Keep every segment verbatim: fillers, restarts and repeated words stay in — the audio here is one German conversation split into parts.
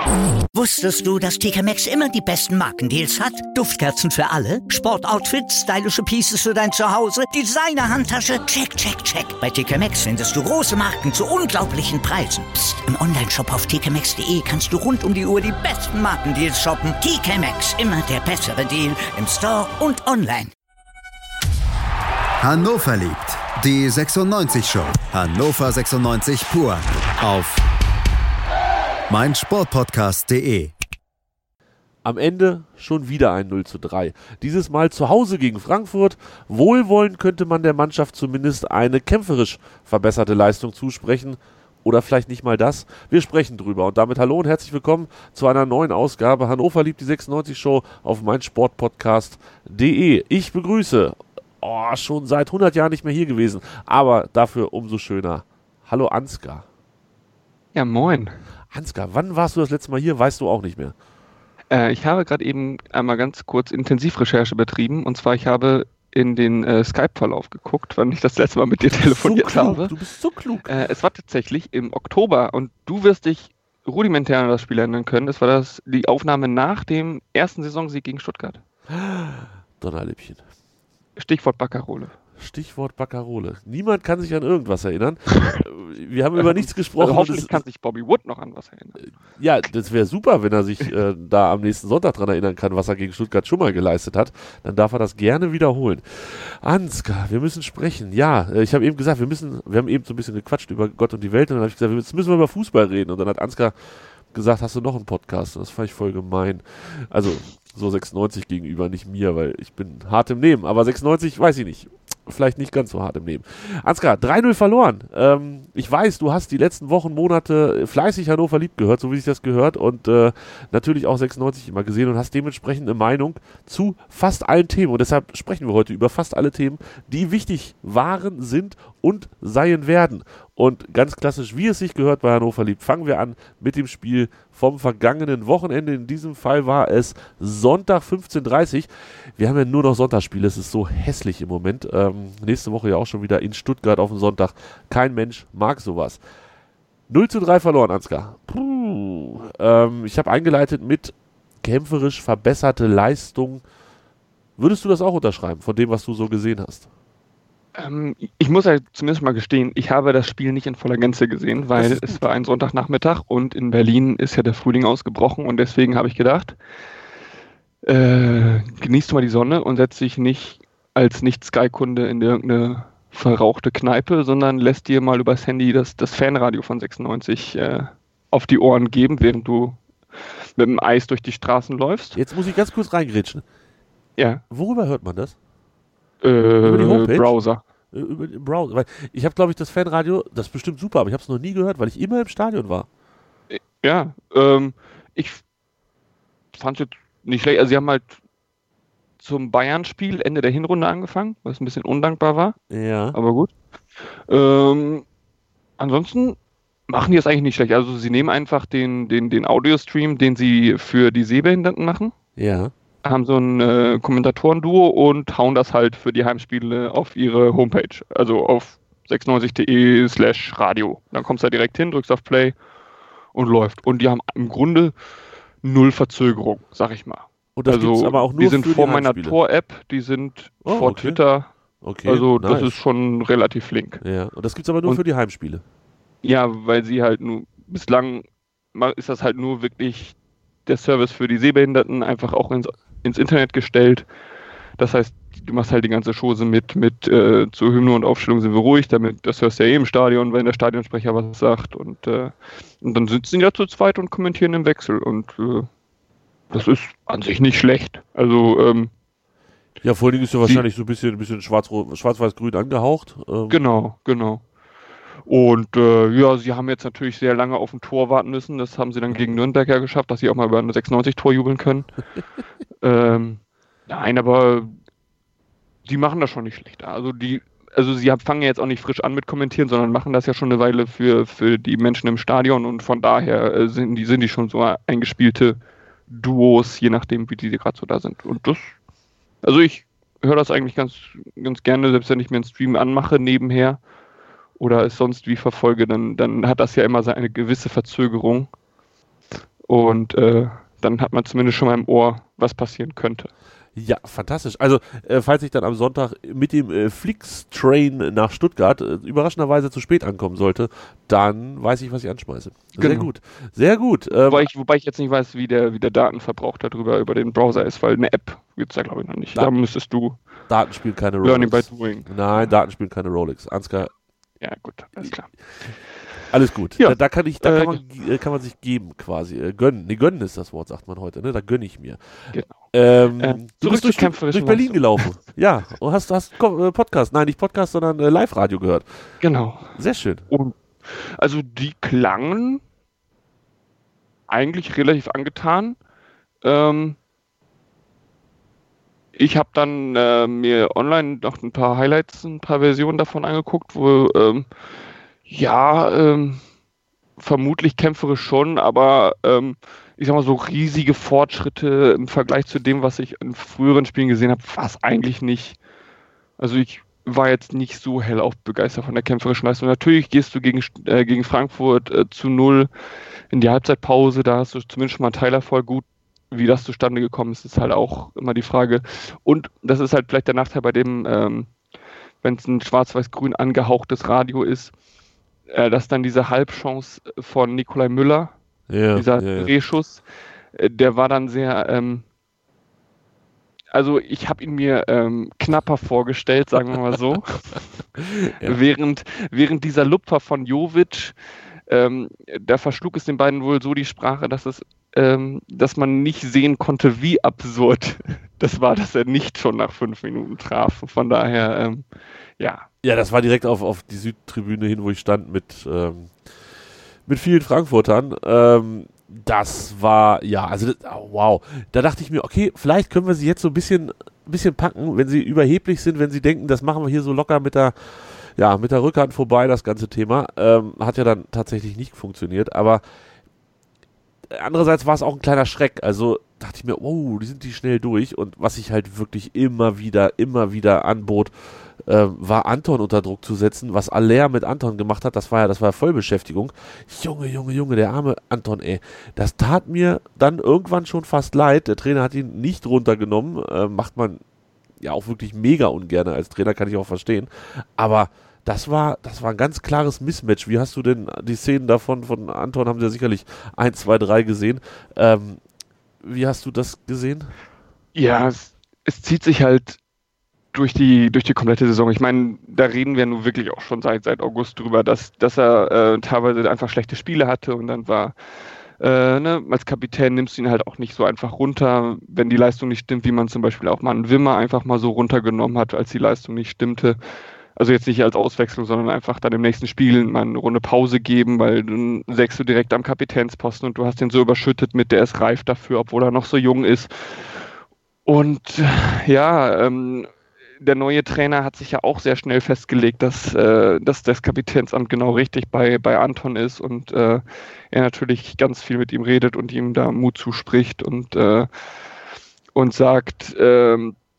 Wusstest du, dass T K Maxx immer die besten Markendeals hat? Duftkerzen für alle, Sportoutfits, stylische Pieces für dein Zuhause, Designer-Handtasche, check, check, check. Bei T K Maxx findest du große Marken zu unglaublichen Preisen. Psst. Im Onlineshop auf t k maxx punkt d e kannst du rund um die Uhr die besten Markendeals shoppen. T K Maxx, immer der bessere Deal im Store und online. Hannover liebt die sechsundneunzig Show. Hannover sechsundneunzig pur auf meinsportpodcast punkt de. Am Ende schon wieder ein null zu drei. Dieses Mal zu Hause gegen Frankfurt. Wohlwollend könnte man der Mannschaft zumindest eine kämpferisch verbesserte Leistung zusprechen. Oder vielleicht nicht mal das. Wir sprechen drüber. Und damit hallo und herzlich willkommen zu einer neuen Ausgabe Hannover liebt die sechsundneunzig Show auf meinsportpodcast punkt de. Ich begrüße, oh, schon seit hundert Jahren nicht mehr hier gewesen, aber dafür umso schöner. Hallo Ansgar. Ja, moin. Ansgar, wann warst du das letzte Mal hier? Weißt du auch nicht mehr. Äh, ich habe gerade eben einmal ganz kurz Intensivrecherche betrieben. Und zwar, ich habe in den äh, Skype-Verlauf geguckt, wann ich das letzte Mal mit dir telefoniert so klug, habe. Du bist so klug. Äh, es war tatsächlich im Oktober und du wirst dich rudimentär an das Spiel erinnern können. Es war das, die Aufnahme nach dem ersten Saisonsieg gegen Stuttgart. Donnerlippchen. Stichwort Baccarole. Stichwort Baccarole. Niemand kann sich an irgendwas erinnern. Wir haben über nichts gesprochen. Also hoffentlich kann sich Bobby Wood noch an was erinnern. Ja, das wäre super, wenn er sich äh, da am nächsten Sonntag dran erinnern kann, was er gegen Stuttgart schon mal geleistet hat. Dann darf er das gerne wiederholen. Ansgar, wir müssen sprechen. Ja, äh, ich habe eben gesagt, wir müssen, wir haben eben so ein bisschen gequatscht über Gott und die Welt. Und dann habe ich gesagt, jetzt müssen wir über Fußball reden. Und dann hat Ansgar gesagt, hast du noch einen Podcast? Und das fand ich voll gemein. Also so sechsundneunzig gegenüber, nicht mir, weil ich bin hart im Nehmen. Aber sechsundneunzig, weiß ich nicht. Vielleicht nicht ganz so hart im Nehmen. Ansgar, drei null verloren. Ähm, ich weiß, du hast die letzten Wochen, Monate fleißig Hannover liebt gehört, so wie sich das gehört und äh, natürlich auch sechsundneunzig immer gesehen und hast dementsprechend eine Meinung zu fast allen Themen. Und deshalb sprechen wir heute über fast alle Themen, die wichtig waren, sind und seien werden. Und ganz klassisch, wie es sich gehört bei Hannover liebt, fangen wir an mit dem Spiel vom vergangenen Wochenende. In diesem Fall war es Sonntag fünfzehn Uhr dreißig. Wir haben ja nur noch Sonntagsspiele, es ist so hässlich im Moment. Ähm, nächste Woche ja auch schon wieder in Stuttgart auf dem Sonntag. Kein Mensch mag sowas. null zu drei verloren, Ansgar. Puh. Ähm, ich habe eingeleitet mit kämpferisch verbesserte Leistung. Würdest du das auch unterschreiben, von dem, was du so gesehen hast? Ähm, ich muss ja zumindest mal gestehen, ich habe das Spiel nicht in voller Gänze gesehen, weil es war ein Sonntagnachmittag und in Berlin ist ja der Frühling ausgebrochen und deswegen habe ich gedacht, äh, genießt du mal die Sonne und setz dich nicht als Nicht-Sky-Kunde in irgendeine verrauchte Kneipe, sondern lässt dir mal übers Handy das, das Fanradio von sechsundneunzig äh, auf die Ohren geben, während du mit dem Eis durch die Straßen läufst. Jetzt muss ich ganz kurz reingrätschen. Ja. Worüber hört man das? Äh, über die Homepage? Browser. Über den Browser. Weil ich habe, glaube ich, das Fanradio, das ist bestimmt super, aber ich habe es noch nie gehört, weil ich immer im Stadion war. Ja, ähm, ich fand es jetzt nicht schlecht. Also sie haben halt zum Bayern-Spiel Ende der Hinrunde angefangen, was ein bisschen undankbar war. Ja. Aber gut. Ähm, ansonsten machen die das eigentlich nicht schlecht. Also sie nehmen einfach den, den, den Audio-Stream, den sie für die Sehbehinderten machen. Ja. Haben so ein äh, Kommentatoren-Duo und hauen das halt für die Heimspiele auf ihre Homepage. Also auf sechsundneunzig punkt de slash radio. Dann kommst du da direkt hin, drückst auf Play und läuft. Und die haben im Grunde null Verzögerung, sag ich mal. Und das also, gibt's aber auch nur die sind für vor die meiner Heimspiele. Tor-App, die sind Oh, vor okay. Twitter. Okay, Also nice. das ist schon relativ flink. Ja, und das gibt's aber nur und, für die Heimspiele. Ja, weil sie halt nur, bislang ist das halt nur wirklich der Service für die Sehbehinderten einfach auch ins, ins Internet gestellt. Das heißt, du machst halt die ganze Chose mit, mit äh, zur Hymne und Aufstellung sind wir ruhig, damit, das hörst du ja eh im Stadion, wenn der Stadionsprecher was sagt und, äh, und dann sitzen die ja zu zweit und kommentieren im Wechsel und äh, das ist an sich nicht schlecht. Also ähm, ja, vor allen Dingen ist ja wahrscheinlich so ein bisschen, ein bisschen schwarz-weiß-grün angehaucht. Ähm. Genau, genau. Und äh, ja, sie haben jetzt natürlich sehr lange auf ein Tor warten müssen. Das haben sie dann gegen Nürnberg ja geschafft, dass sie auch mal über eine sechsundneunzig-Tor jubeln können. ähm, nein, aber die machen das schon nicht schlecht. Also die, also sie haben, fangen ja jetzt auch nicht frisch an mit Kommentieren, sondern machen das ja schon eine Weile für, für die Menschen im Stadion und von daher äh, sind die, sind die schon so eingespielte Duos, je nachdem, wie die gerade so da sind. Und das, also ich höre das eigentlich ganz, ganz gerne, selbst wenn ich mir einen Stream anmache nebenher oder es sonst wie verfolge, dann, dann hat das ja immer so eine gewisse Verzögerung. Und äh, dann hat man zumindest schon mal im Ohr, was passieren könnte. Ja, fantastisch. Also, äh, falls ich dann am Sonntag mit dem äh, Flix-Train nach Stuttgart äh, überraschenderweise zu spät ankommen sollte, dann weiß ich, was ich anschmeiße. Sehr Genau. gut. Sehr gut. Ähm, Wobei ich, wobei ich jetzt nicht weiß, wie der, wie der Datenverbrauch darüber über den Browser ist, weil eine App gibt es ja, glaube ich, noch nicht. Da- Da müsstest du Daten spielen keine Learning by Rolex. Doing. Nein, Daten spielen keine Rolex. Ansgar, Ja, gut, alles klar. alles gut. Ja. Da, da kann ich, da Äh, kann man, äh, kann man sich geben quasi. Äh, gönnen. Nee, gönnen ist das Wort, sagt man heute, ne? Da gönne ich mir. Genau. Ähm, Äh, du zurück bist durch, zur kämpferischen durch Berlin Leistung. gelaufen. Ja, und hast, hast Ko- äh, Podcast, nein, nicht Podcast, sondern äh, Live-Radio gehört. Genau. Sehr schön. Und also die klangen eigentlich relativ angetan. Ähm, ich habe dann äh, mir online noch ein paar Highlights, ein paar Versionen davon angeguckt, wo ähm, ja, ähm, vermutlich kämpferisch schon, aber ähm, ich sag mal so riesige Fortschritte im Vergleich zu dem, was ich in früheren Spielen gesehen habe, war es eigentlich nicht. Also ich war jetzt nicht so hellauf begeistert von der kämpferischen Leistung. Natürlich gehst du gegen, äh, gegen Frankfurt äh, zu null in die Halbzeitpause, da hast du zumindest schon mal einen Teilerfolg. Gut, wie das zustande gekommen ist, ist halt auch immer die Frage. Und das ist halt vielleicht der Nachteil bei dem, ähm, wenn es ein schwarz-weiß-grün angehauchtes Radio ist, äh, dass dann diese Halbchance von Nikolai Müller, Ja, dieser ja, ja. Drehschuss, äh, der war dann sehr, ähm, also ich habe ihn mir ähm, knapper vorgestellt, sagen wir mal so. Ja. während, während dieser Lupfer von Jovic, ähm, da verschlug es den beiden wohl so die Sprache, dass es, ähm, dass man nicht sehen konnte, wie absurd das war, dass er nicht schon nach fünf Minuten traf. Von daher, ähm, ja. Ja, das war direkt auf, auf die Südtribüne hin, wo ich stand mit, ähm, mit vielen Frankfurtern. Ähm, das war, ja, also, das, oh, wow. Da dachte ich mir, okay, vielleicht können wir sie jetzt so ein bisschen, ein bisschen packen, wenn sie überheblich sind, wenn sie denken, das machen wir hier so locker mit der, ja, mit der Rückhand vorbei, das ganze Thema. Ähm, hat ja dann tatsächlich nicht funktioniert, aber andererseits war es auch ein kleiner Schreck. Also dachte ich mir, wow, die sind die schnell durch. Und was ich halt wirklich immer wieder, immer wieder anbot, äh, war Anton unter Druck zu setzen. Was Aller mit Anton gemacht hat, das war ja, das war ja Vollbeschäftigung. Junge, Junge, Junge, der arme Anton, ey. Das tat mir dann irgendwann schon fast leid. Der Trainer hat ihn nicht runtergenommen. Äh, macht man ja auch wirklich mega ungern als Trainer, kann ich auch verstehen. Aber das war, das war ein ganz klares Mismatch. Wie hast du denn die Szenen davon, von Anton haben sie ja sicherlich eins, zwei, drei gesehen. Ähm, wie hast du das gesehen? Ja, es, es zieht sich halt durch die, durch die komplette Saison. Ich meine, da reden wir nun wirklich auch schon seit, seit August drüber, dass, dass er äh, teilweise einfach schlechte Spiele hatte und dann war, äh, ne, als Kapitän nimmst du ihn halt auch nicht so einfach runter, wenn die Leistung nicht stimmt, wie man zum Beispiel auch mal einen Wimmer einfach mal so runtergenommen hat, als die Leistung nicht stimmte. Also jetzt nicht als Auswechslung, sondern einfach dann im nächsten Spiel mal eine Runde Pause geben, weil dann sägst du direkt am Kapitänsposten und du hast den so überschüttet mit, der ist reif dafür, obwohl er noch so jung ist. Und ja, ähm, der neue Trainer hat sich ja auch sehr schnell festgelegt, dass, äh, dass das Kapitänsamt genau richtig bei, bei Anton ist und äh, er natürlich ganz viel mit ihm redet und ihm da Mut zuspricht und, äh, und sagt, äh,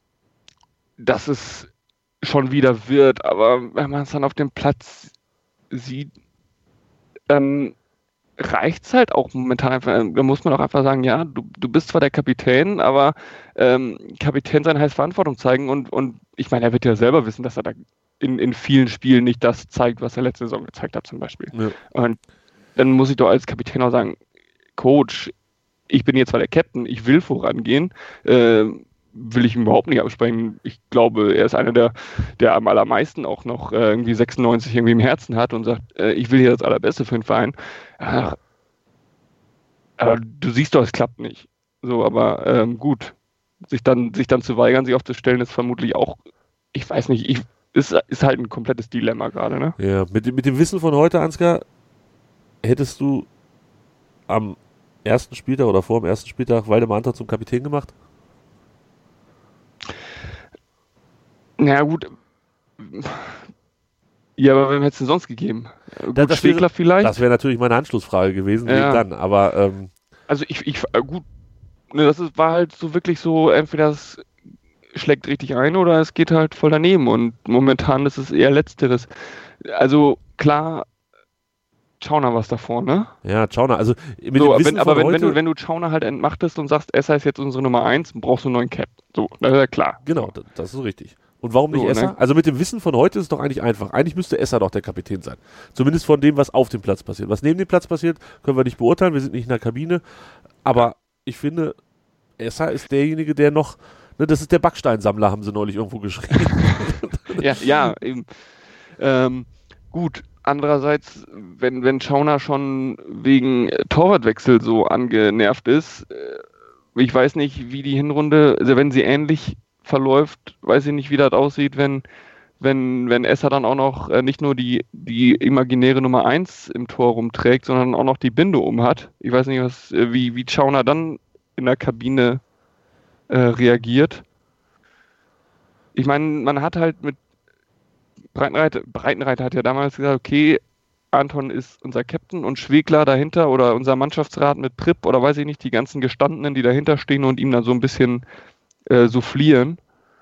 dass es schon wieder wird, aber wenn man es dann auf dem Platz sieht, dann reicht es halt auch momentan einfach, da muss man auch einfach sagen, ja, du, du bist zwar der Kapitän, aber ähm, Kapitän sein heißt Verantwortung zeigen und, und ich meine, er wird ja selber wissen, dass er da in, in vielen Spielen nicht das zeigt, was er letzte Saison gezeigt hat zum Beispiel. Ja. Und dann muss ich doch als Kapitän auch sagen, Coach, ich bin jetzt zwar der Captain, ich will vorangehen, äh, will ich ihm überhaupt nicht absprechen. Ich glaube, er ist einer der, der am allermeisten auch noch äh, irgendwie sechsundneunzig irgendwie im Herzen hat und sagt, äh, ich will hier das Allerbeste für den Verein. Ja, aber du siehst doch, es klappt nicht. So, aber ähm, gut. Sich dann, sich dann zu weigern, sich aufzustellen, ist vermutlich auch, ich weiß nicht, ich, ist, ist halt ein komplettes Dilemma gerade, ne? Ja, mit, dem- mit dem Wissen von heute, Ansgar, hättest du am ersten Spieltag oder vor dem ersten Spieltag Waldemar Anton zum Kapitän gemacht? Na gut. Ja, aber wem hättest du denn sonst gegeben? Gut, das Stegler wäre, vielleicht? Das wäre natürlich meine Anschlussfrage gewesen, Ja. wen dann, aber ähm, Also ich, ich äh, gut, ne, das ist, war halt so wirklich so, entweder es schlägt richtig ein oder es geht halt voll daneben und momentan ist es eher Letzteres. Also klar, Schauner was davor, ne? Ja, Schauner, also mit so, dem Wissen wenn, aber wenn, wenn, du, wenn du Schauner halt entmachtest und sagst, Esser ist jetzt unsere Nummer eins, brauchst du einen neuen Cap. So, das ist ja klar. Genau, das, das ist richtig. Und warum nicht so, Esser? Ne? Also mit dem Wissen von heute ist es doch eigentlich einfach. Eigentlich müsste Esser doch der Kapitän sein. Zumindest von dem, was auf dem Platz passiert. Was neben dem Platz passiert, können wir nicht beurteilen. Wir sind nicht in der Kabine. Aber ich finde, Esser ist derjenige, der noch, ne, das ist der Backsteinsammler, haben sie neulich irgendwo geschrieben. ja, ja, eben. Ähm, gut. Andererseits, wenn, wenn Schauner schon wegen Torwartwechsel so angenervt ist, ich weiß nicht, wie die Hinrunde, also wenn sie ähnlich verläuft, weiß ich nicht, wie das aussieht, wenn, wenn, wenn Esser dann auch noch äh, nicht nur die, die imaginäre Nummer eins im Tor rumträgt, sondern auch noch die Binde um hat. Ich weiß nicht, was, äh, wie, wie Schauner dann in der Kabine äh, reagiert. Ich meine, man hat halt mit Breitenreiter, Breitenreiter hat ja damals gesagt, okay, Anton ist unser Captain und Schwegler dahinter oder unser Mannschaftsrat mit Pripp oder weiß ich nicht, die ganzen Gestandenen, die dahinter stehen und ihm dann so ein bisschen äh, soufflieren.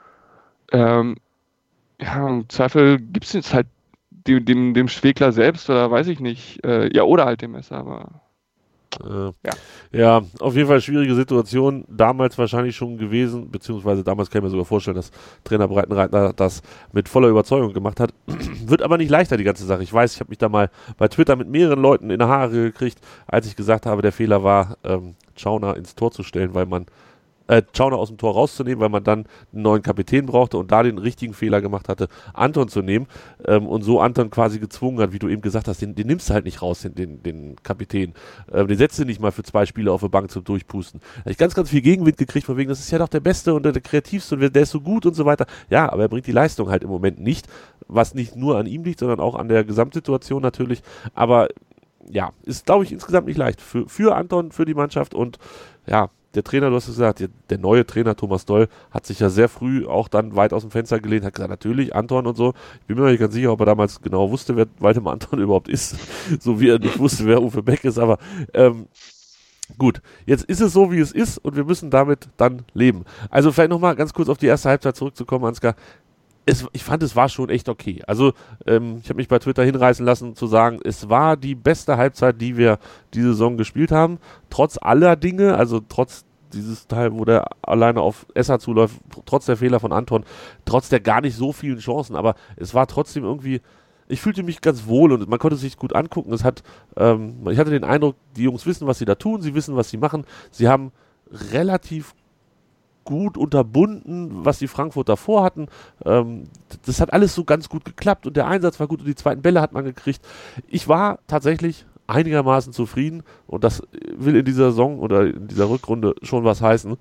Ähm, ja, im Zweifel gibt es jetzt halt dem, dem, dem Schwegler selbst oder weiß ich nicht, äh, ja, oder halt dem Messer, aber Äh, ja. ja, auf jeden Fall schwierige Situation, damals wahrscheinlich schon gewesen, beziehungsweise damals kann ich mir sogar vorstellen, dass Trainer Breitenreiter das mit voller Überzeugung gemacht hat. Wird aber nicht leichter, die ganze Sache. Ich weiß, ich habe mich da mal bei Twitter mit mehreren Leuten in die Haare gekriegt, als ich gesagt habe, der Fehler war, ähm, Schauner ins Tor zu stellen, weil man Äh, Schauner aus dem Tor rauszunehmen, weil man dann einen neuen Kapitän brauchte und da den richtigen Fehler gemacht hatte, Anton zu nehmen ähm, und so Anton quasi gezwungen hat, wie du eben gesagt hast, den, den nimmst du halt nicht raus, den, den, den Kapitän. Ähm, den setzt du nicht mal für zwei Spiele auf die Bank zum Durchpusten. Da habe ich ganz, ganz viel Gegenwind gekriegt, von wegen, das ist ja doch der Beste und der, der Kreativste und der ist so gut und so weiter. Ja, aber er bringt die Leistung halt im Moment nicht, was nicht nur an ihm liegt, sondern auch an der Gesamtsituation natürlich. Aber ja, ist, glaube ich, insgesamt nicht leicht für, für Anton, für die Mannschaft und ja, der Trainer, du hast es gesagt, der, der neue Trainer Thomas Doll hat sich ja sehr früh auch dann weit aus dem Fenster gelehnt, hat gesagt, natürlich, Anton und so. Ich bin mir noch nicht ganz sicher, ob er damals genau wusste, wer Waldemar Anton überhaupt ist, so wie er nicht wusste, wer Uwe Beck ist, aber ähm, gut, jetzt ist es so, wie es ist und wir müssen damit dann leben. Also vielleicht nochmal ganz kurz auf die erste Halbzeit zurückzukommen, Ansgar. Es, ich fand, es war schon echt okay. Also ähm, ich habe mich bei Twitter hinreißen lassen zu sagen, es war die beste Halbzeit, die wir diese Saison gespielt haben. Trotz aller Dinge, also trotz dieses Teil, wo der alleine auf Esser zuläuft, trotz der Fehler von Anton, trotz der gar nicht so vielen Chancen, aber es war trotzdem irgendwie, ich fühlte mich ganz wohl und man konnte es sich gut angucken. Es hat, ähm, ich hatte den Eindruck, die Jungs wissen, was sie da tun, sie wissen, was sie machen. Sie haben relativ gut unterbunden, was die Frankfurter vorhatten. Ähm, das hat alles so ganz gut geklappt und der Einsatz war gut und die zweiten Bälle hat man gekriegt. Ich war tatsächlich einigermaßen zufrieden und das will in dieser Saison oder in dieser Rückrunde schon was heißen.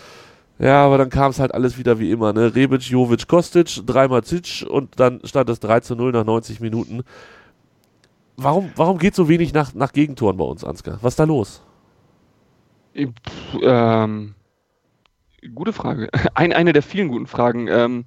Ja, aber dann kam es halt alles wieder wie immer, ne? Rebic, Jovic, Kostic, dreimal Zic und dann stand es drei zu null nach neunzig Minuten. Warum, warum geht so wenig nach, nach Gegentoren bei uns, Ansgar? Was ist da los? Pff, ähm Gute Frage. Ein, eine der vielen guten Fragen, ähm,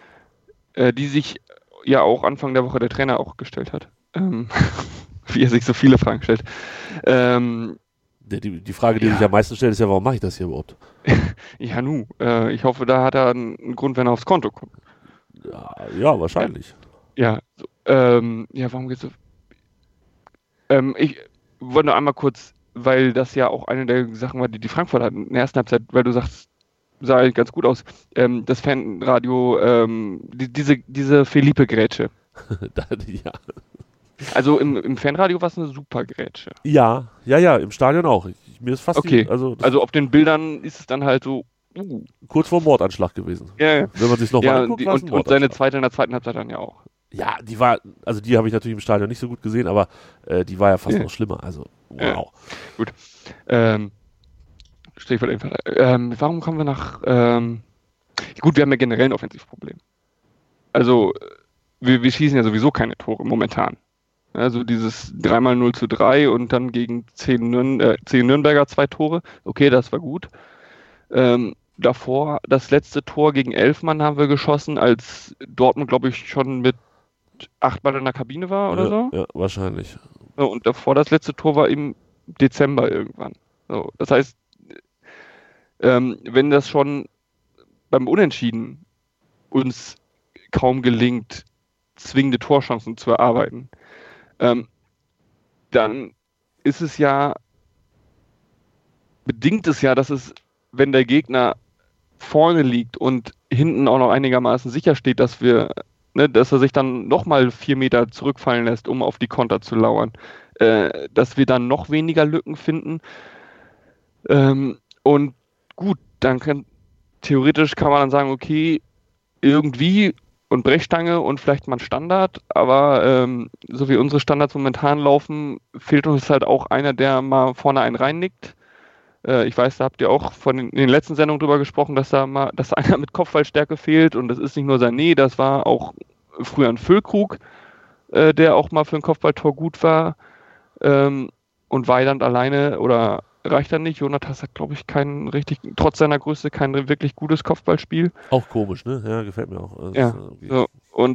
äh, die sich ja auch Anfang der Woche der Trainer auch gestellt hat. Ähm, wie er sich so viele Fragen stellt. Ähm, die, die, die Frage, die ja. sich am meisten stellt, ist ja, warum mache ich das hier überhaupt? ja, nu. Äh, ich hoffe, da hat er einen, einen Grund, wenn er aufs Konto kommt. Ja, ja wahrscheinlich. Ja, so, ähm, ja, warum geht's so? Ähm, ich wollte nur einmal kurz, weil das ja auch eine der Sachen war, die die Frankfurter hatten in der ersten Halbzeit, weil du sagst, sah eigentlich ganz gut aus. Ähm, das Fanradio, ähm, die, diese, diese Felipe-Grätsche. ja. Also im, im Fanradio war es eine super Grätsche. Ja, ja, ja, im Stadion auch. Ich, mir ist fast okay. Die, also, also auf den Bildern ist es dann halt so uh. kurz vor Mordanschlag gewesen. Ja, ja. Wenn man sich noch ja, mal anguckt, die, war es und, ein und seine zweite in der zweiten Halbzeit dann ja auch. Ja, die war, also die habe ich natürlich im Stadion nicht so gut gesehen, aber äh, die war ja fast ja. noch schlimmer. Also, wow. Ja. Gut. Ähm, Stichwort einfach. Ähm, warum kommen wir nach ähm, gut, wir haben ja generell ein Offensivproblem. Also, wir, wir schießen ja sowieso keine Tore momentan. Also dieses drei mal null zu drei und dann gegen zehn, Nürn, äh, zehn Nürnberger zwei Tore. Okay, das war gut. Ähm, davor, das letzte Tor gegen Elfmann haben wir geschossen, als Dortmund, glaube ich, schon mit acht Ball in der Kabine war oder ja, so. Ja, wahrscheinlich. So, und davor das letzte Tor war im Dezember irgendwann. So, das heißt, ähm, wenn das schon beim Unentschieden uns kaum gelingt, zwingende Torchancen zu erarbeiten, ähm, dann ist es ja, bedingt es ja, dass es, wenn der Gegner vorne liegt und hinten auch noch einigermaßen sicher steht, dass wir, ne, dass er sich dann nochmal vier Meter zurückfallen lässt, um auf die Konter zu lauern, äh, dass wir dann noch weniger Lücken finden. Ähm, und gut, dann kann, theoretisch kann man dann sagen, okay, irgendwie und Brechstange und vielleicht mal ein Standard, aber ähm, so wie unsere Standards momentan laufen, fehlt uns halt auch einer, der mal vorne einen reinnickt. Äh, ich weiß, da habt ihr auch von den, in den letzten Sendungen drüber gesprochen, dass da mal, dass einer mit Kopfballstärke fehlt, und das ist nicht nur Sané, das war auch früher ein Füllkrug, äh, der auch mal für ein Kopfballtor gut war, ähm, und Weiland alleine oder reicht dann nicht. Jonathas hat, glaube ich, kein richtig, trotz seiner Größe, kein wirklich gutes Kopfballspiel. Auch komisch, ne? Ja, gefällt mir auch. Das ja, ist, okay. so, und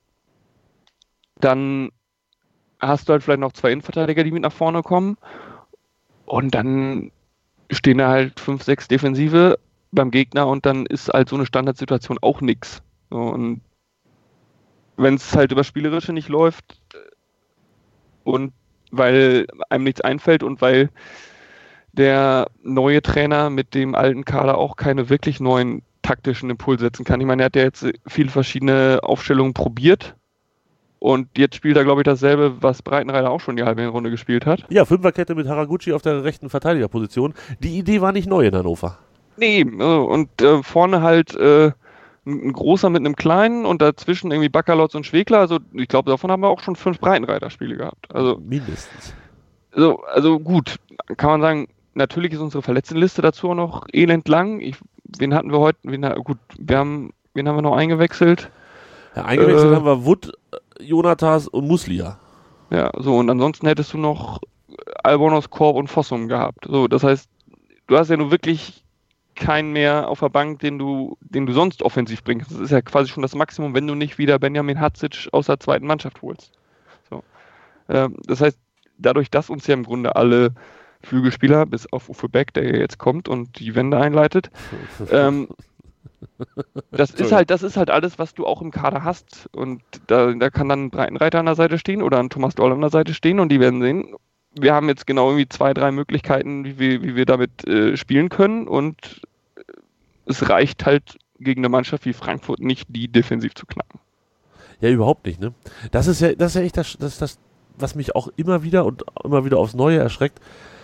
dann hast du halt vielleicht noch zwei Innenverteidiger, die mit nach vorne kommen, und dann stehen da halt fünf, sechs Defensive beim Gegner, und dann ist halt so eine Standardsituation auch nix. So, und wenn es halt über Spielerische nicht läuft und weil einem nichts einfällt und weil der neue Trainer mit dem alten Kader auch keine wirklich neuen taktischen Impulse setzen kann. Ich meine, er hat ja jetzt viele verschiedene Aufstellungen probiert, und jetzt spielt er, glaube ich, dasselbe, was Breitenreiter auch schon die halbe Runde gespielt hat. Ja, Fünferkette mit Haraguchi auf der rechten Verteidigerposition. Die Idee war nicht neu in Hannover. Nee, und äh, vorne halt äh, ein großer mit einem kleinen und dazwischen irgendwie Baccalotz und Schwegler. Also ich glaube, davon haben wir auch schon fünf Breitenreiter-Spiele gehabt. Also mindestens. Also, also gut, kann man sagen, natürlich ist unsere Verletztenliste dazu auch noch elend lang. Ich, wen hatten wir heute? Wen, gut, wir haben, wen haben wir noch eingewechselt? Ja, eingewechselt äh, haben wir Wood, Jonathas und Muslia. Ja, so, und ansonsten hättest du noch Albonos, Korb und Fossum gehabt. So, das heißt, du hast ja nur wirklich keinen mehr auf der Bank, den du, den du sonst offensiv bringst. Das ist ja quasi schon das Maximum, wenn du nicht wieder Benjamin Hatzic aus der zweiten Mannschaft holst. So. Ähm, das heißt, dadurch, dass uns ja im Grunde alle Flügelspieler, bis auf Uwe Beck, der ja jetzt kommt und die Wende einleitet, ähm, das ist halt, das ist halt alles, was du auch im Kader hast. Und da, da kann dann ein Breitenreiter an der Seite stehen oder ein Thomas Doll an der Seite stehen, und die werden sehen, wir haben jetzt genau irgendwie zwei, drei Möglichkeiten, wie wir, wie wir damit äh, spielen können, und es reicht halt gegen eine Mannschaft wie Frankfurt nicht, die defensiv zu knacken. Ja, überhaupt nicht, ne? Das ist ja, das ist ja echt das, das, das, was mich auch immer wieder und immer wieder aufs Neue erschreckt.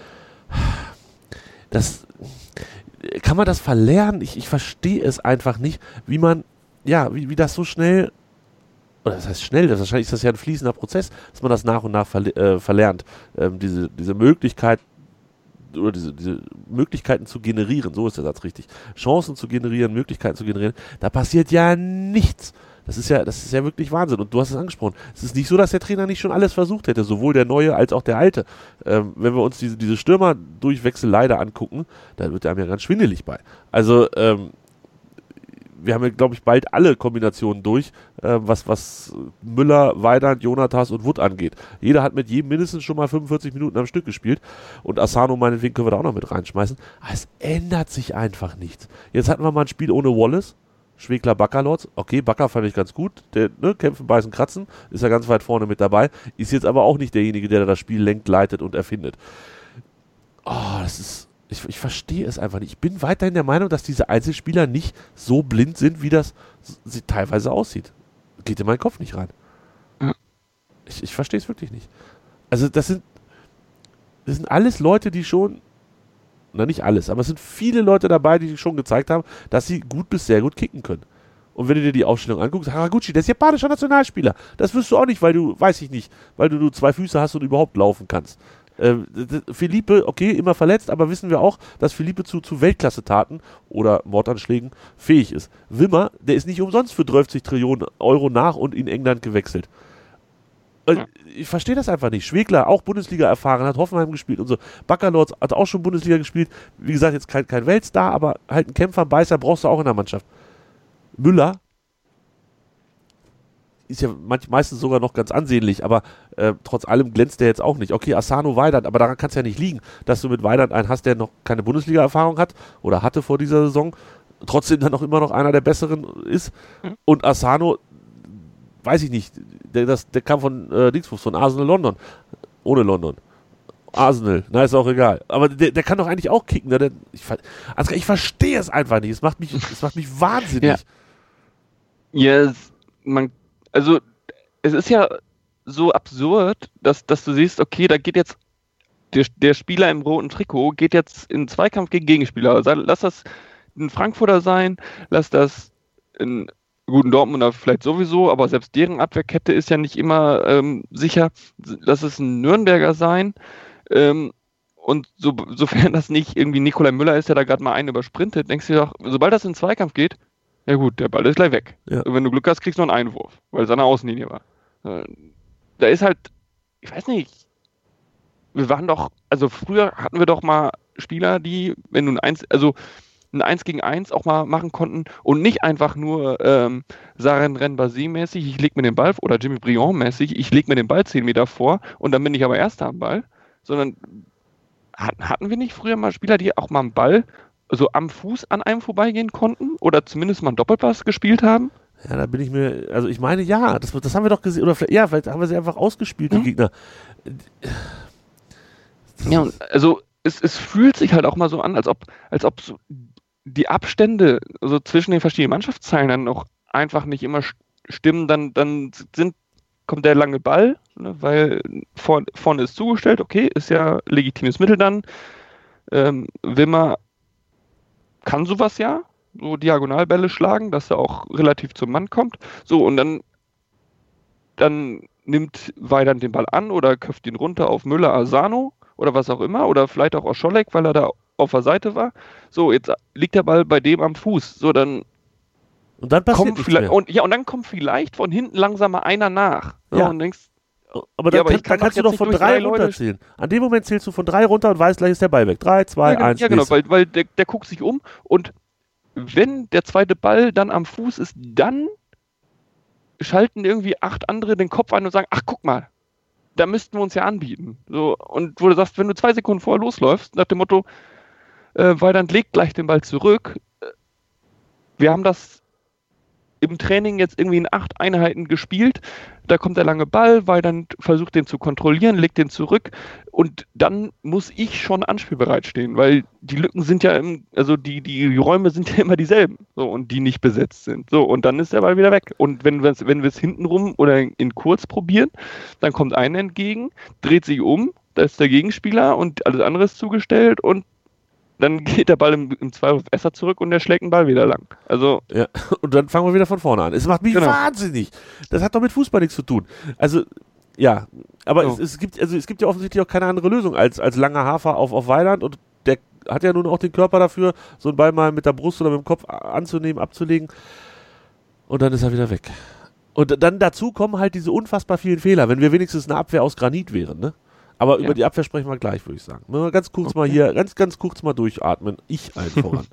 Das kann man das verlernen? Ich, ich verstehe es einfach nicht, wie man, ja, wie, wie das so schnell, oder das heißt schnell, das wahrscheinlich ist das ja ein fließender Prozess, dass man das nach und nach verle- äh, verlernt. Ähm, diese, diese Möglichkeit, oder diese, diese Möglichkeiten zu generieren, so ist der Satz richtig, Chancen zu generieren, Möglichkeiten zu generieren, da passiert ja nichts. Das ist ja, das ist ja wirklich Wahnsinn. Und du hast es angesprochen. Es ist nicht so, dass der Trainer nicht schon alles versucht hätte, sowohl der neue als auch der alte. Ähm, wenn wir uns diese, diese Stürmer-Durchwechsel leider angucken, da wird einem ja ganz schwindelig bei. Also, ähm, wir haben ja, glaube ich, bald alle Kombinationen durch, äh, was, was Müller, Weidand, Jonathas und Wood angeht. Jeder hat mit jedem mindestens schon mal fünfundvierzig Minuten am Stück gespielt. Und Asano, meinetwegen, können wir da auch noch mit reinschmeißen. Aber es ändert sich einfach nichts. Jetzt hatten wir mal ein Spiel ohne Wallace. Schwegler, Baccalotz, okay, Backer fand ich ganz gut, der, ne, kämpfen, beißen, kratzen, ist ja ganz weit vorne mit dabei, ist jetzt aber auch nicht derjenige, der das Spiel lenkt, leitet und erfindet. Oh, das ist, ich, ich verstehe es einfach nicht. Ich bin weiterhin der Meinung, dass diese Einzelspieler nicht so blind sind, wie das sie teilweise aussieht. Geht in meinen Kopf nicht rein. Ich, ich verstehe es wirklich nicht. Also das sind, das sind alles Leute, die schon, na nicht alles, aber es sind viele Leute dabei, die schon gezeigt haben, dass sie gut bis sehr gut kicken können. Und wenn du dir die Aufstellung anguckst, Haraguchi, der ist japanischer Nationalspieler. Das wirst du auch nicht, weil du, weiß ich nicht, weil du, du zwei Füße hast und überhaupt laufen kannst. Ähm, Felipe, okay, immer verletzt, aber wissen wir auch, dass Felipe zu, zu Weltklasse-Taten oder Mordanschlägen fähig ist. Wimmer, der ist nicht umsonst für dreißig Trillionen Euro nach und in England gewechselt. Ja. Ich verstehe das einfach nicht. Schwegler, auch Bundesliga erfahren, hat Hoffenheim gespielt und so. Baccalotz hat auch schon Bundesliga gespielt. Wie gesagt, jetzt kein, kein Weltstar, aber halt ein Kämpfer, ein Beißer brauchst du auch in der Mannschaft. Müller ist ja manch, meistens sogar noch ganz ansehnlich, aber äh, trotz allem glänzt der jetzt auch nicht. Okay, Asano, Weidand, aber daran kann es ja nicht liegen, dass du mit Weidand einen hast, der noch keine Bundesliga-Erfahrung hat oder hatte vor dieser Saison, trotzdem dann noch immer noch einer der Besseren ist. Mhm. Und Asano, weiß ich nicht, der, das, der kam von äh, Dingsbus, von Arsenal London. ohne London. Arsenal, na ist auch egal. Aber der, der kann doch eigentlich auch kicken. Ne? Der, ich, also ich verstehe es einfach nicht. Es macht mich, es macht mich wahnsinnig. Ja, yes, man, also es ist ja so absurd, dass, dass du siehst, okay, da geht jetzt der, der Spieler im roten Trikot geht jetzt in Zweikampf gegen Gegenspieler. Also lass das ein Frankfurter sein, lass das ein guten Dortmunder vielleicht sowieso, aber selbst deren Abwehrkette ist ja nicht immer ähm, sicher. Lass es ein Nürnberger sein. Ähm, und so, sofern das nicht irgendwie Nikolai Müller ist, der da gerade mal einen übersprintet, denkst du dir doch, sobald das in Zweikampf geht, ja gut, der Ball ist gleich weg. Ja. Und wenn du Glück hast, kriegst du noch einen Einwurf, weil es an der Außenlinie war. Äh, da ist halt, ich weiß nicht, wir waren doch, also früher hatten wir doch mal Spieler, die, wenn du ein Eins, also ein Eins gegen Eins auch mal machen konnten und nicht einfach nur ähm, Saren Renbasi mäßig, ich leg mir den Ball, oder Jimmy Briand mäßig, ich leg mir den Ball zehn Meter vor und dann bin ich aber Erster am Ball, sondern hatten, hatten wir nicht früher mal Spieler, die auch mal einen Ball so am Fuß an einem vorbeigehen konnten oder zumindest mal einen Doppelpass gespielt haben? Ja, da bin ich mir, also ich meine, ja, das, das haben wir doch gesehen, oder vielleicht, ja, vielleicht haben wir sie einfach ausgespielt, die Mhm. Gegner. Ja, und also es, es fühlt sich halt auch mal so an, als ob, als ob so die Abstände so zwischen den verschiedenen Mannschaftsteilen dann noch einfach nicht immer st- stimmen. Dann, dann sind, kommt der lange Ball, ne, weil vor, vorne ist zugestellt, okay, ist ja legitimes Mittel dann. Ähm, Wimmer kann sowas ja, so Diagonalbälle schlagen, dass er auch relativ zum Mann kommt. So, und dann, dann nimmt Weidand den Ball an oder köpft ihn runter auf Müller, Asano oder was auch immer, oder vielleicht auch Oscholek, weil er da auf der Seite war. So, jetzt liegt der Ball bei dem am Fuß. So, dann Und dann passiert kommt nichts vielleicht, mehr. und, ja, und dann kommt vielleicht von hinten langsam mal einer nach. So, Ja. und denkst, Aber dann, Ja, aber kann, ich kann dann kannst doch du doch jetzt von nicht durch drei drei Leute- runterzählen. An dem Moment zählst du von drei runter und weißt, gleich ist der Ball weg. Drei, zwei, ja, genau, eins, ja, genau, nächste. weil, weil der, der guckt sich um und wenn der zweite Ball dann am Fuß ist, dann schalten irgendwie acht andere den Kopf ein und sagen, ach guck mal, da müssten wir uns ja anbieten. So, und wo du sagst, wenn du zwei Sekunden vorher losläufst, nach dem Motto, äh, Weidand legt gleich den Ball zurück, äh, wir haben das im Training jetzt irgendwie in acht Einheiten gespielt, da kommt der lange Ball, Weidand versucht den zu kontrollieren, legt den zurück und dann muss ich schon anspielbereit stehen, weil die Lücken sind ja, im, also die, die Räume sind ja immer dieselben, so, und die nicht besetzt sind. So, und dann ist der Ball wieder weg. Und wenn wir es wenn wir es hintenrum oder in, in kurz probieren, dann kommt einer entgegen, dreht sich um, da ist der Gegenspieler und alles andere ist zugestellt und dann geht der Ball im, im Zweifel besser zurück und der schlägt den Ball wieder lang. Also, Ja, und dann fangen wir wieder von vorne an. Es macht mich Genau. wahnsinnig. Das hat doch mit Fußball nichts zu tun. Also, ja, aber So. es, es gibt, also es gibt ja offensichtlich auch keine andere Lösung als, als langer Hafer auf, auf Weiland und der hat ja nun auch den Körper dafür, so einen Ball mal mit der Brust oder mit dem Kopf anzunehmen, abzulegen und dann ist er wieder weg. Und dann dazu kommen halt diese unfassbar vielen Fehler, wenn wir wenigstens eine Abwehr aus Granit wären, ne? Aber Ja. über die Abwehr sprechen wir gleich, würde ich sagen. Mal ganz kurz mal hier, ganz, ganz kurz mal durchatmen. Ich allen voran.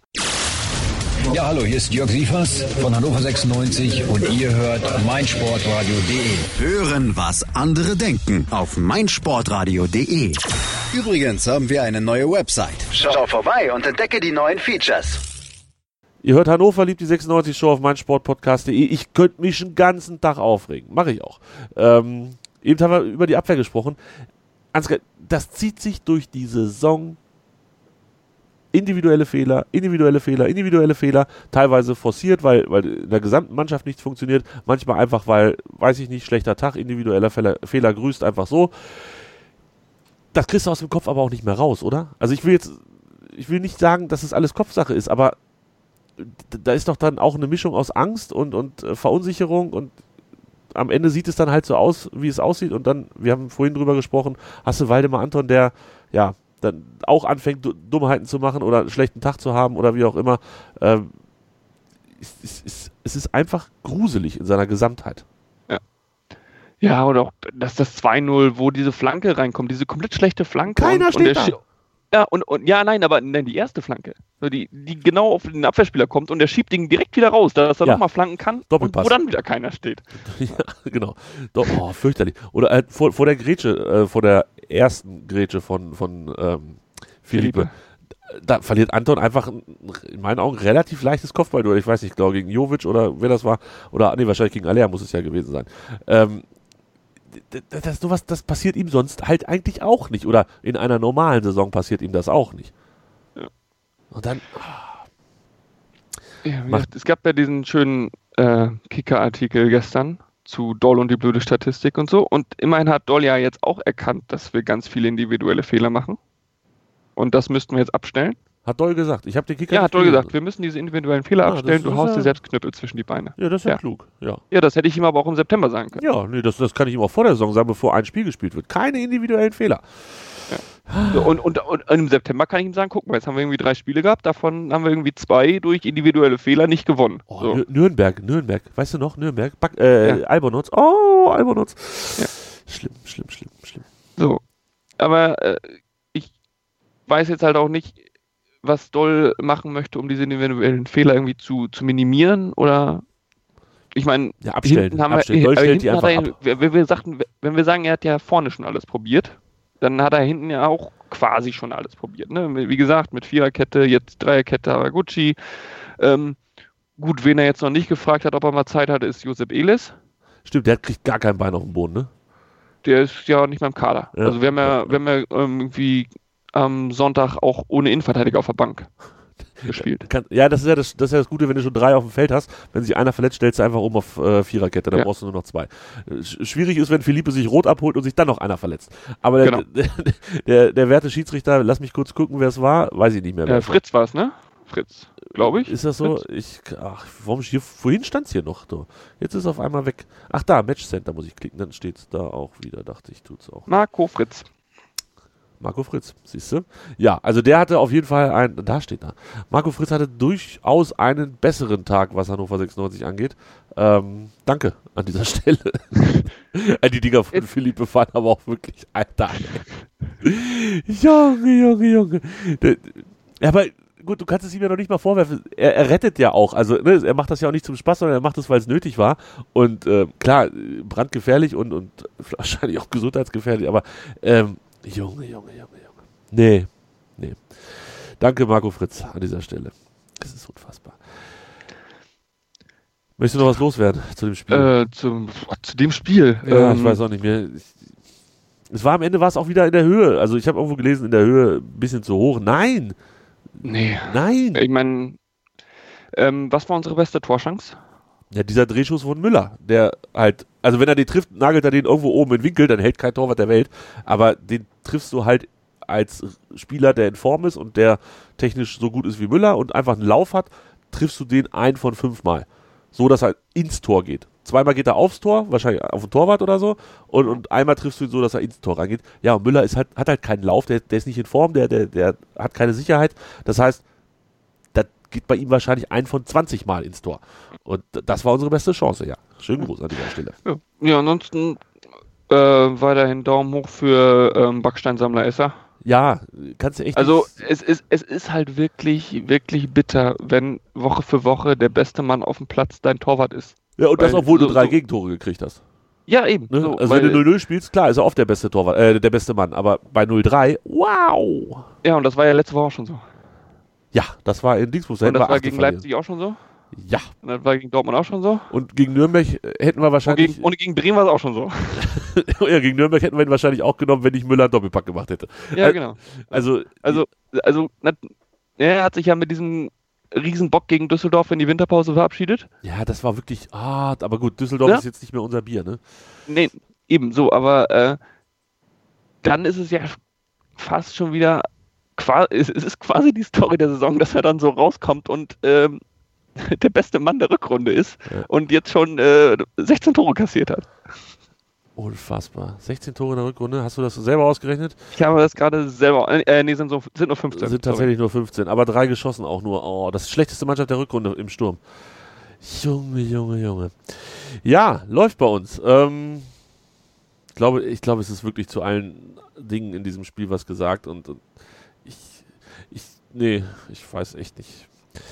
Ja, hallo, hier ist Jörg Sievers von Hannover sechsundneunzig und ihr hört meinsportradio punkt de. Hören, was andere denken auf meinsportradio punkt de. Übrigens haben wir eine neue Website. Schau vorbei und entdecke die neuen Features. Ihr hört Hannover liebt die sechsundneunzig Show auf meinsportpodcast punkt de. Ich könnte mich den ganzen Tag aufregen. Mache ich auch. Ähm, eben haben wir über die Abwehr gesprochen. Ansgar, das zieht sich durch die Saison. Individuelle Fehler, individuelle Fehler, individuelle Fehler, teilweise forciert, weil, weil in der gesamten Mannschaft nichts funktioniert, manchmal einfach, weil, weiß ich nicht, schlechter Tag, individueller Fehler, Fehler grüßt einfach so. Das kriegst du aus dem Kopf aber auch nicht mehr raus, oder? Also ich will jetzt, ich will nicht sagen, dass es alles Kopfsache ist, aber da ist doch dann auch eine Mischung aus Angst und, und äh, Verunsicherung und am Ende sieht es dann halt so aus, wie es aussieht und dann, wir haben vorhin drüber gesprochen, hast du Waldemar Anton, der, ja, dann auch anfängt, Dummheiten zu machen oder einen schlechten Tag zu haben oder wie auch immer. Ähm, es, es, es, es ist einfach gruselig in seiner Gesamtheit. ja, oder auch, dass das zwei null, wo diese Flanke reinkommt, diese komplett schlechte Flanke. Keiner und, steht und der da. Schi- Ja, und, und ja, nein, aber nein, die erste Flanke, so die, die genau auf den Abwehrspieler kommt und der schiebt den direkt wieder raus, dass er Ja. nochmal flanken kann Doppelpass. und wo dann wieder keiner steht. Ja, genau. Doch, oh, fürchterlich. Oder halt vor, vor der Grätsche, äh, vor der ersten Grätsche von, von ähm, Philippe. Da verliert Anton einfach ein, in meinen Augen relativ leichtes Kopfballduell. Ich weiß nicht, glaube gegen Jovic oder wer das war. Oder nee, wahrscheinlich gegen Aller muss es ja gewesen sein. Ähm, das, das, sowas, das passiert ihm sonst halt eigentlich auch nicht. Oder in einer normalen Saison passiert ihm das auch nicht. Ja. Und dann... Ja, gesagt, es gab ja diesen schönen äh, Kicker-Artikel gestern zu Doll und die blöde Statistik und so. Und immerhin hat Doll ja jetzt auch erkannt, dass wir ganz viele individuelle Fehler machen. Und das müssten wir jetzt abstellen. Hat Doll gesagt. Ich habe den Kicker Ja, nicht hat Doll gelesen. gesagt, wir müssen diese individuellen Fehler Ah, abstellen. das Du haust ist dir ja- selbst Knüppel zwischen die Beine. Ja, das ist ja, Ja. klug. Ja, Ja, das hätte ich ihm aber auch im September sagen können. ja nee, das, das kann ich ihm auch vor der Saison sagen, bevor ein Spiel gespielt wird. Keine individuellen Fehler. So, und, und, und im September kann ich ihm sagen, guck mal, jetzt haben wir irgendwie drei Spiele gehabt, davon haben wir irgendwie zwei durch individuelle Fehler nicht gewonnen. Oh, So. Nür- Nürnberg, Nürnberg. Weißt du noch? Nürnberg. Back, äh, Ja. Albernutz. Oh, Albernutz. Ja. Schlimm, schlimm, schlimm, schlimm. So. Aber äh, ich weiß jetzt halt auch nicht, was Doll machen möchte, um diese individuellen Fehler irgendwie zu, zu minimieren oder ich meine, Ja, abstellen. hinten haben abstellen. wir, Doll aber stellt die hinten hat einfach er, ab. wenn wir sagten, wenn wir sagen, er hat ja vorne schon alles probiert, dann hat er hinten ja auch quasi schon alles probiert. Ne? Wie gesagt, mit Viererkette, jetzt Dreierkette Haraguchi. Ähm, gut, wen er jetzt noch nicht gefragt hat, ob er mal Zeit hatte, ist Josep Elis. Stimmt, der kriegt gar kein Bein auf den Boden, ne? Der ist ja nicht mehr im Kader. Ja. Also wir haben ja, Ja. wir haben ja ähm, irgendwie am Sonntag auch ohne Innenverteidiger auf der Bank gespielt. Kann, ja, das ist ja das, das ist ja das Gute, wenn du schon drei auf dem Feld hast. Wenn sich einer verletzt, stellst du einfach um auf äh, Viererkette, dann Ja. brauchst du nur noch zwei. Äh, sch- schwierig ist, wenn Philippe sich rot abholt und sich dann noch einer verletzt. Aber der, Genau. der, der, der werte Schiedsrichter, lass mich kurz gucken, wer es war, weiß ich nicht mehr. Wer Äh, es war. Fritz war es, ne? Fritz, glaube ich. Ist das so? Ich, ach, warum hier, vorhin stand es hier noch. So. Jetzt ist es auf einmal weg. Ach da, Match Center muss ich klicken, dann steht es da auch wieder, dachte ich, tut's auch. Marco Fritz. Marco Fritz, siehst du? Ja, also der hatte auf jeden Fall einen, da steht da. Marco Fritz hatte durchaus einen besseren Tag, was Hannover sechsundneunzig angeht. Ähm, danke an dieser Stelle. Äh, Die Dinger von Philippe waren aber auch wirklich, Alter. Junge, Junge, Junge. Der, aber gut, du kannst es ihm ja noch nicht mal vorwerfen. Er, er rettet ja auch. Also ne, er macht das ja auch nicht zum Spaß, sondern er macht es, weil es nötig war. Und äh, klar, brandgefährlich und, und wahrscheinlich auch gesundheitsgefährlich, aber ähm, Junge, Junge, Junge, Junge. Nee, nee. Danke, Marco Fritz, an dieser Stelle. Das ist unfassbar. Möchtest du noch was loswerden zu dem Spiel? Äh, zum, zu dem Spiel. ja, ähm, ich weiß auch nicht mehr. Ich, es war am Ende war es auch wieder in der Höhe. Also ich habe irgendwo gelesen, in der Höhe ein bisschen zu hoch. Nein, Nee. nein. Ich meine, ähm, was war unsere beste Torchance? Ja, dieser Drehschuss von Müller, der halt, also wenn er den trifft, nagelt er den irgendwo oben in den Winkel, dann hält kein Torwart der Welt. Aber den triffst du halt als Spieler, der in Form ist und der technisch so gut ist wie Müller und einfach einen Lauf hat, triffst du den ein von fünfmal. So, dass er ins Tor geht. Zweimal geht er aufs Tor, wahrscheinlich auf den Torwart oder so, und, und einmal triffst du ihn so, dass er ins Tor reingeht. Ja, und Müller ist halt, hat halt keinen Lauf, der, der ist nicht in Form, der, der, der hat keine Sicherheit. Das heißt, das geht bei ihm wahrscheinlich ein von zwanzig Mal ins Tor. Und das war unsere beste Chance, ja. Schönen Gruß an dieser Stelle. Ja, ja ansonsten äh, weiterhin Daumen hoch für ähm, Backsteinsammler Esser. Ja, kannst du echt Also nicht, es ist, es ist halt wirklich, wirklich bitter, wenn Woche für Woche der beste Mann auf dem Platz dein Torwart ist. ja, und das, weil obwohl du so- drei so- Gegentore gekriegt hast. Ja, eben. Ne? So, also weil- wenn du null null spielst, klar, ist er oft der beste Torwart, äh, der beste Mann, aber bei null drei, wow! ja, und das war ja letzte Woche auch schon so. Ja, das war in Dingsbus, da Und hätten das wir war achte gegen verlieren. Leipzig auch schon so. Ja, Und das war gegen Dortmund auch schon so. und gegen Nürnberg äh, hätten wir Und wahrscheinlich, gegen, und gegen Bremen war es auch schon so. ja, gegen Nürnberg hätten wir ihn wahrscheinlich auch genommen, wenn nicht Müller einen Doppelpack gemacht hätte. Ja, Äh, genau. Also, Also, also na, er hat sich ja mit diesem Riesenbock gegen Düsseldorf in die Winterpause verabschiedet. ja, das war wirklich hart, aber gut, Düsseldorf Ja. ist jetzt nicht mehr unser Bier, ne? Nee, eben so, aber äh, dann ist es ja fast schon wieder, qua- es es ist quasi die Story der Saison, dass er dann so rauskommt und ähm, der beste Mann der Rückrunde ist Ja. und jetzt schon äh, sechzehn Tore kassiert hat. Unfassbar. sechzehn Tore in der Rückrunde, hast du das selber ausgerechnet? Ich habe das gerade selber, äh, nee, sind, so, sind nur fünfzehn. Sind sorry. tatsächlich nur fünfzehn, aber drei geschossen auch nur. Oh, das ist die schlechteste Mannschaft der Rückrunde im Sturm. Junge, Junge, Junge. Ja, läuft bei uns. Ähm, ich glaube, ich glaube, es ist wirklich zu allen Dingen in diesem Spiel was gesagt und, und ich, ich, nee, ich weiß echt nicht.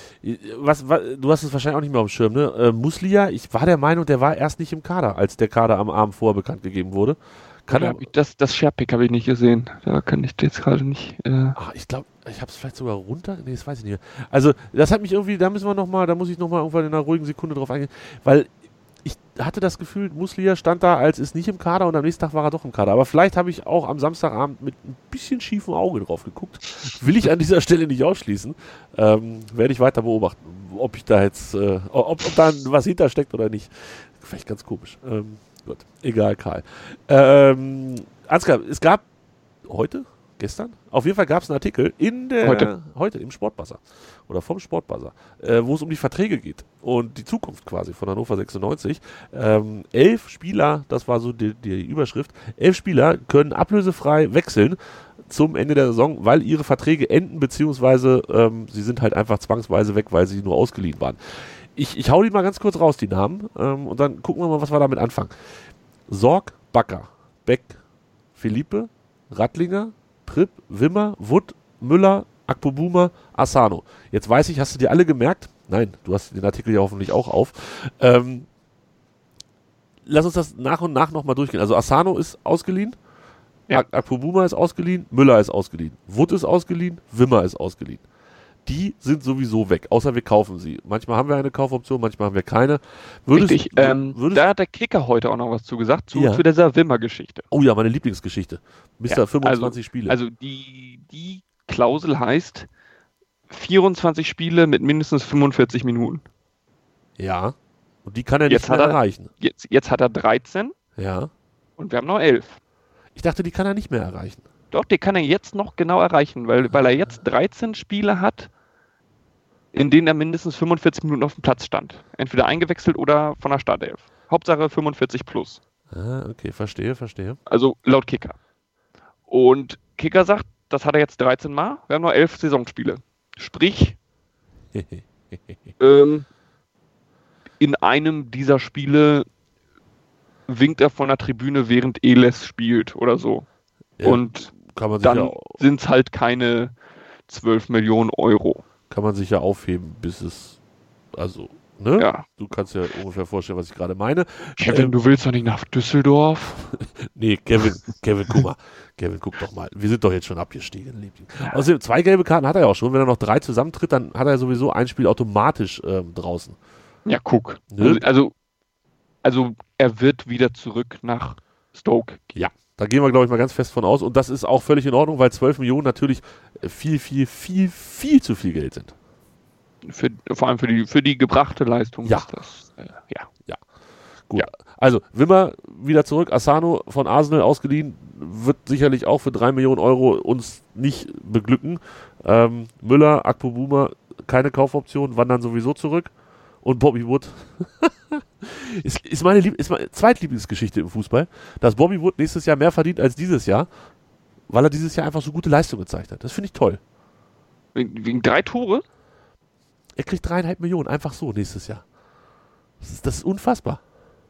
Was, was, du hast es wahrscheinlich auch nicht mehr auf dem Schirm, ne? Äh, Muslia, ich war der Meinung, der war erst nicht im Kader, als der Kader am Abend vorher bekannt gegeben wurde. Kann Ja, er, das das Sharepick habe ich nicht gesehen. Da kann ich jetzt gerade nicht. Äh, Ach, ich glaube, ich habe es vielleicht sogar runter. Nee, das weiß ich nicht mehr. Also, das hat mich irgendwie, da müssen wir noch mal, da muss ich noch mal irgendwann in einer ruhigen Sekunde drauf eingehen, weil ich, hatte das Gefühl, Muslia stand da, als ist nicht im Kader und am nächsten Tag war er doch im Kader. Aber vielleicht habe ich auch am Samstagabend mit ein bisschen schiefem Auge drauf geguckt. Will ich an dieser Stelle nicht ausschließen. Ähm, werde ich weiter beobachten, ob ich da jetzt, äh, ob, ob da was hintersteckt oder nicht. Vielleicht ganz komisch. Ähm, gut, egal, Karl. Ähm, Ansgar, es gab heute, gestern, auf jeden Fall gab es einen Artikel in der, heute, heute im Sportbuzzer oder vom Sportbuzzer, äh, wo es um die Verträge geht und die Zukunft quasi von Hannover sechsundneunzig. Ähm, elf Spieler, das war so die, die Überschrift, elf Spieler können ablösefrei wechseln zum Ende der Saison, weil ihre Verträge enden, beziehungsweise ähm, sie sind halt einfach zwangsweise weg, weil sie nur ausgeliehen waren. Ich, ich hau die mal ganz kurz raus, die Namen, ähm, und dann gucken wir mal, was wir damit anfangen. Sorg, Bakker, Beck, Philippe, Rattlinger, Tripp, Wimmer, Wood, Müller, Akpobuma, Asano. Jetzt weiß ich, hast du dir alle gemerkt? Nein, du hast den Artikel ja hoffentlich auch auf. Ähm, lass uns das nach und nach nochmal durchgehen. Also Asano ist ausgeliehen, ja. Ak- Akpobuma ist ausgeliehen, Müller ist ausgeliehen, Wood ist ausgeliehen, Wimmer ist ausgeliehen. Die sind sowieso weg, außer wir kaufen sie. Manchmal haben wir eine Kaufoption, manchmal haben wir keine. Würdest, Richtig, ähm, würdest, da hat der Kicker heute auch noch was zu gesagt, zu, Ja. zu dieser Wimmer-Geschichte. oh ja, meine Lieblingsgeschichte. Mister Ja, fünfundzwanzig also, Spiele. Also die, die Klausel heißt vierundzwanzig Spiele mit mindestens fünfundvierzig Minuten. Ja. Und die kann er nicht Jetzt mehr hat er- erreichen. Jetzt, jetzt hat er dreizehn Ja. und wir haben noch elf. Ich dachte, die kann er nicht mehr erreichen. Doch, die kann er jetzt noch genau erreichen, weil, weil er jetzt dreizehn Spiele hat, in denen er mindestens fünfundvierzig Minuten auf dem Platz stand. Entweder eingewechselt oder von der Startelf. Hauptsache fünfundvierzig plus. Ah, okay, verstehe, verstehe. Also laut Kicker. Und Kicker sagt, das hat er jetzt dreizehn Mal. Wir haben noch elf Saisonspiele. Sprich, ähm, in einem dieser Spiele winkt er von der Tribüne, während Eles spielt oder so. Ja, Und kann man sich dann ja, sind es halt keine zwölf Millionen Euro. kann man sich ja aufheben, bis es, also, ne? Ja. Du kannst ja ungefähr vorstellen, was ich gerade meine. Kevin, Ähm, du willst doch nicht nach Düsseldorf? Nee, Kevin, Kevin, guck mal. Kevin, guck doch mal. Wir sind doch jetzt schon abgestiegen, Liebling. Außerdem, zwei gelbe Karten hat er ja auch schon. Wenn er noch drei zusammentritt, dann hat er sowieso ein Spiel automatisch ähm, draußen. Ja, guck. Ne? Also, also, er wird wieder zurück nach Stoke. Ja, da gehen wir, glaube ich, mal ganz fest von aus. Und das ist auch völlig in Ordnung, weil zwölf Millionen natürlich viel, viel, viel, viel zu viel Geld sind. Für, vor allem für die, für die gebrachte Leistung Ja. ist das. Äh, ja. Gut. Ja. Also, Wimmer wieder zurück. Asano von Arsenal ausgeliehen. Wird sicherlich auch für drei Millionen Euro uns nicht beglücken. Ähm, Müller, Akpobuma, keine Kaufoption, wandern sowieso zurück. Und Bobby Wood ist, ist, meine Lieb- ist meine Zweitlieblingsgeschichte im Fußball, dass Bobby Wood nächstes Jahr mehr verdient als dieses Jahr, weil er dieses Jahr einfach so gute Leistung gezeigt hat. Das finde ich toll. Wegen, wegen drei Tore? Er kriegt dreieinhalb Millionen, einfach so nächstes Jahr. Das ist, das ist unfassbar.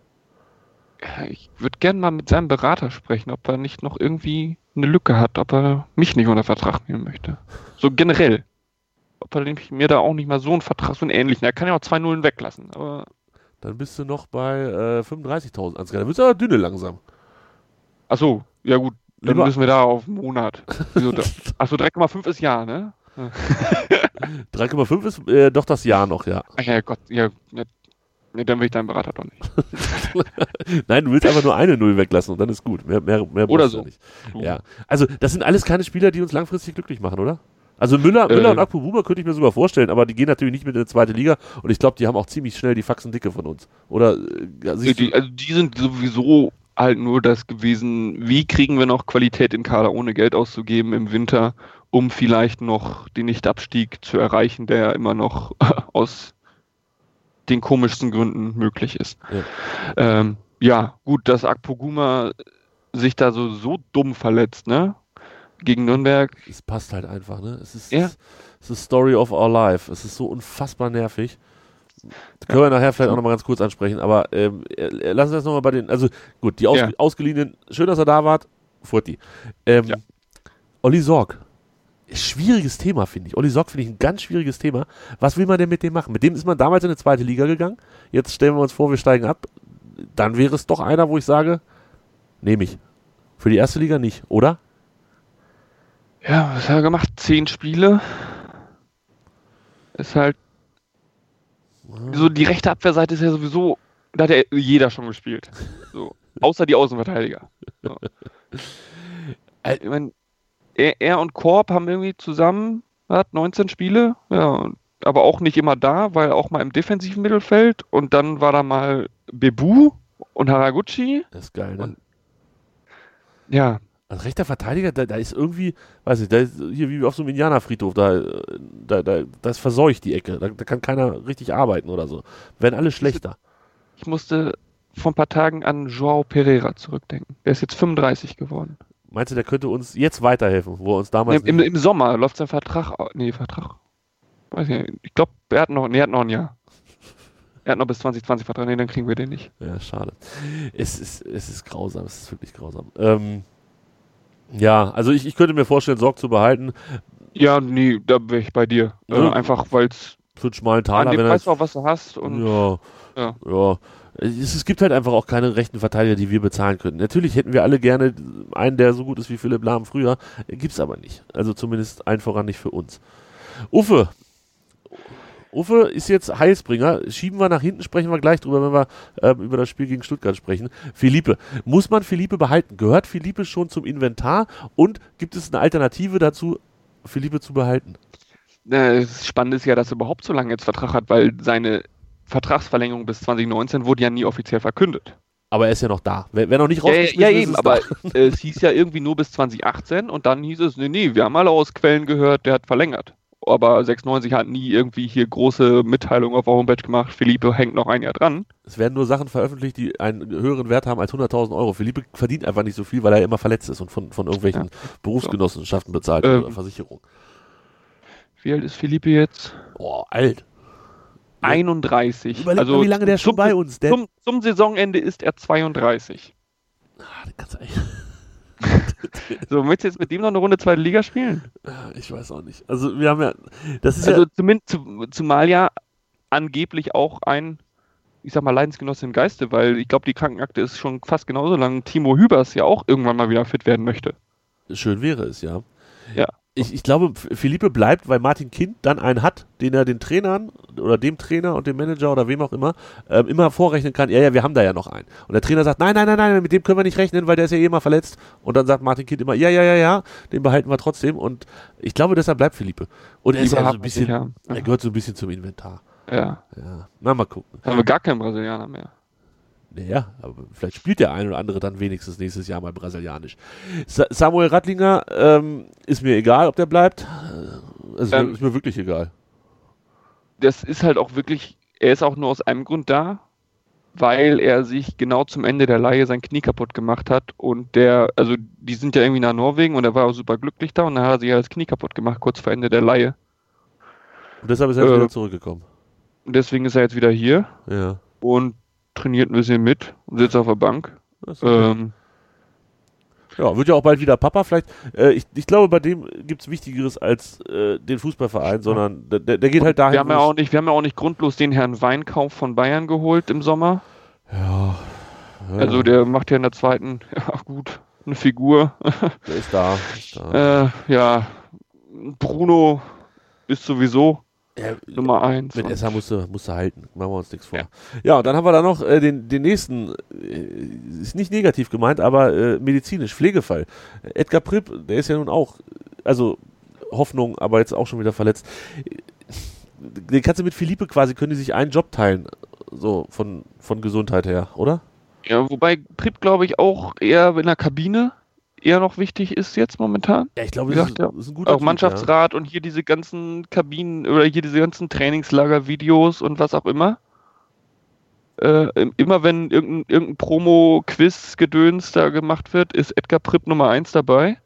Ja, ich würde gerne mal mit seinem Berater sprechen, ob er nicht noch irgendwie eine Lücke hat, ob er mich nicht unter Vertrag nehmen möchte. So generell. Ob er nämlich mir da auch nicht mal so einen Vertrag, so einen ähnlichen, er kann ja auch zwei Nullen weglassen, aber Dann bist du noch bei äh, fünfunddreißigtausend Ansgar. Dann wirst du aber dünne langsam. achso, ja gut, dann Lieber- müssen wir da auf einen Monat. Wieso da? Achso, drei Komma fünf ist Jahr, ne? drei Komma fünf ist äh, doch das Jahr noch, ja. Ach ja, Gott, ja, ja. Nee, dann will ich deinen Berater doch nicht. Nein, du willst einfach nur eine Null weglassen und dann ist gut. Mehr, mehr, mehr Oder brauchst du so. nicht. Ja. Also, das sind alles keine Spieler, die uns langfristig glücklich machen, oder? Also Müller, Äh, Müller und Akpobuma könnte ich mir sogar vorstellen, aber die gehen natürlich nicht mit in die zweite Liga und ich glaube, die haben auch ziemlich schnell die Faxen dicke von uns. Oder äh, ja, siehst Die, du, also die sind sowieso halt nur das gewesen, wie kriegen wir noch Qualität in Kader, ohne Geld auszugeben im Winter, um vielleicht noch den Nichtabstieg zu erreichen, der immer noch aus den komischsten Gründen möglich ist. Ja. Ähm, ja, gut, dass Akpoguma sich da so, so dumm verletzt, ne? Gegen Nürnberg. es passt halt einfach, ne? Es ist, Ja. es ist Story of our life. Es ist so unfassbar nervig. Das können wir nachher vielleicht auch nochmal ganz kurz ansprechen, aber ähm, äh, lassen wir das nochmal bei den, also gut, die Aus Ja. Ausgeliehenen, schön, dass er da wart, Furti. Ähm, Ja. Olli Sorg, schwieriges Thema, finde ich. Olli Sorg finde ich ein ganz schwieriges Thema. Was will man denn mit dem machen? Mit dem ist man damals in die zweite Liga gegangen, jetzt stellen wir uns vor, wir steigen ab, dann wäre es doch einer, wo ich sage, nehme ich. Für die erste Liga nicht, oder? Ja, was hat er gemacht? Zehn Spiele. Ist halt. So, die rechte Abwehrseite ist ja sowieso Da hat ja jeder schon gespielt. So. Außer die Außenverteidiger. So. Ich mein, er, er und Korb haben irgendwie zusammen hat neunzehn Spiele, ja, aber auch nicht immer da, weil auch mal im defensiven Mittelfeld und dann war da mal Bebu und Haraguchi. Das ist geil, ne? Und, ja. Als rechter Verteidiger, da, da ist irgendwie, weiß ich, da ist hier wie auf so einem Indianerfriedhof, da, da, da, da ist verseucht die Ecke, da, da kann keiner richtig arbeiten oder so. Werden alle schlechter. Ich musste vor ein paar Tagen an João Pereira zurückdenken. Der ist jetzt fünfunddreißig geworden. Meinst du, der könnte uns jetzt weiterhelfen, wo er uns damals... Im, im, im Sommer läuft sein Vertrag... Nee, Vertrag... Weiß ich nicht. Ich glaube, er hat noch... Nee, er hat noch ein Jahr. Er hat noch bis zwanzig zwanzig Vertrag. Nee, dann kriegen wir den nicht. Ja, schade. Es ist, es ist grausam. Es ist wirklich grausam. Ähm, ja, also ich, ich könnte mir vorstellen, Sorg zu behalten. Ja, nee, da wäre ich bei dir. Ja. Äh, einfach, weil es... Für einen schmalen Taler, wenn er... weißt du auch, was du hast. Und ja, ja. ja. Es, es gibt halt einfach auch keine rechten Verteidiger, die wir bezahlen können. Natürlich hätten wir alle gerne einen, der so gut ist wie Philipp Lahm früher. Gibt's aber nicht. Also zumindest allen voran nicht für uns. Uffe. Uffe ist jetzt Heilsbringer. Schieben wir nach hinten, sprechen wir gleich drüber, wenn wir ähm, über das Spiel gegen Stuttgart sprechen. Philippe. Muss man Philippe behalten? Gehört Philippe schon zum Inventar? Und gibt es eine Alternative dazu, Philippe zu behalten? Das Spannende ist ja, dass er überhaupt so lange jetzt Vertrag hat, weil seine Vertragsverlängerung bis zwanzig neunzehn wurde ja nie offiziell verkündet. Aber er ist ja noch da. Wer, wer noch nicht rausgeschmissen ja, ja, ist, eben, ist aber äh, es hieß ja irgendwie nur bis zwanzig achtzehn und dann hieß es, nee, nee, wir haben alle aus Quellen gehört, der hat verlängert. Aber sechsundneunzig hat nie irgendwie hier große Mitteilungen auf der Homepage gemacht, Philippe hängt noch ein Jahr dran. Es werden nur Sachen veröffentlicht, die einen höheren Wert haben als hunderttausend Euro. Philippe verdient einfach nicht so viel, weil er immer verletzt ist und von, von irgendwelchen ja. Berufsgenossenschaften bezahlt ähm, oder Versicherung. Wie alt ist Philippe jetzt? Oh, alt. einunddreißig. Überleg also mal, wie lange der schon bei uns ist. Zum, zum Saisonende ist er zweiunddreißig. Ah, das kannst du eigentlich. So, möchtest du jetzt mit dem noch eine Runde zweite Liga spielen? Ich weiß auch nicht. Also, wir haben ja. Das ist also, ja zumindest, zu, zumal ja angeblich auch ein, ich sag mal, Leidensgenosse im Geiste, weil ich glaube, die Krankenakte ist schon fast genauso lang. Timo Hübers ja auch irgendwann mal wieder fit werden möchte. Schön wäre es, ja. Ja. Ich, ich glaube, Philippe bleibt, weil Martin Kind dann einen hat, den er den Trainern oder dem Trainer und dem Manager oder wem auch immer ähm, immer vorrechnen kann, ja, ja, wir haben da ja noch einen. Und der Trainer sagt, nein, nein, nein, nein, mit dem können wir nicht rechnen, weil der ist ja eh immer verletzt. Und dann sagt Martin Kind immer, ja, ja, ja, ja, den behalten wir trotzdem. Und ich glaube, deshalb bleibt Philippe. Und er ist ja so ein bisschen, ja. er gehört so ein bisschen zum Inventar. Ja. Ja. Na, mal gucken. Haben wir gar keinen Brasilianer mehr. Naja, aber vielleicht spielt der ein oder andere dann wenigstens nächstes Jahr mal brasilianisch. Sa- Samuel Rattlinger ähm, ist mir egal, ob der bleibt. Also ähm, ist mir wirklich egal. Das ist halt auch wirklich, er ist auch nur aus einem Grund da, weil er sich genau zum Ende der Leihe sein Knie kaputt gemacht hat und der, also die sind ja irgendwie nach Norwegen und er war auch super glücklich da und dann hat er sich ja das Knie kaputt gemacht, kurz vor Ende der Leihe. Und deshalb ist er äh, wieder zurückgekommen. Und deswegen ist er jetzt wieder hier. Ja. Und trainiert ein bisschen mit und sitzt auf der Bank. Ähm, ja, wird ja auch bald wieder Papa. Vielleicht, äh, ich, ich glaube, bei dem gibt es Wichtigeres als äh, den Fußballverein, sondern der, der geht halt dahin. Wir haben, ja auch nicht, wir haben ja auch nicht grundlos den Herrn Weinkauf von Bayern geholt im Sommer. Ja. ja. Also der macht ja in der zweiten, ja gut, eine Figur. Der ist da. Ist da. äh, ja, Bruno ist sowieso Ja, Nummer eins. Mit Esser musste, musste halten. Machen wir uns nichts vor. Ja, ja und dann haben wir da noch äh, den, den nächsten, äh, ist nicht negativ gemeint, aber äh, medizinisch, Pflegefall. Edgar Pripp, der ist ja nun auch, also Hoffnung, aber jetzt auch schon wieder verletzt. Den kannst du mit Philippe quasi, können die sich einen Job teilen, so von, von Gesundheit her, oder? Ja, wobei Pripp, glaube ich, auch eher in der Kabine eher noch wichtig ist jetzt momentan. Ja, ich glaube, das ist, ja, ist ein guter Auch typ, Mannschaftsrat ja. Und hier diese ganzen Kabinen oder hier diese ganzen Trainingslager-Videos und was auch immer. Äh, immer wenn irgendein, irgendein Promo-Quiz-Gedöns da gemacht wird, ist Edgar Pripp Nummer eins dabei.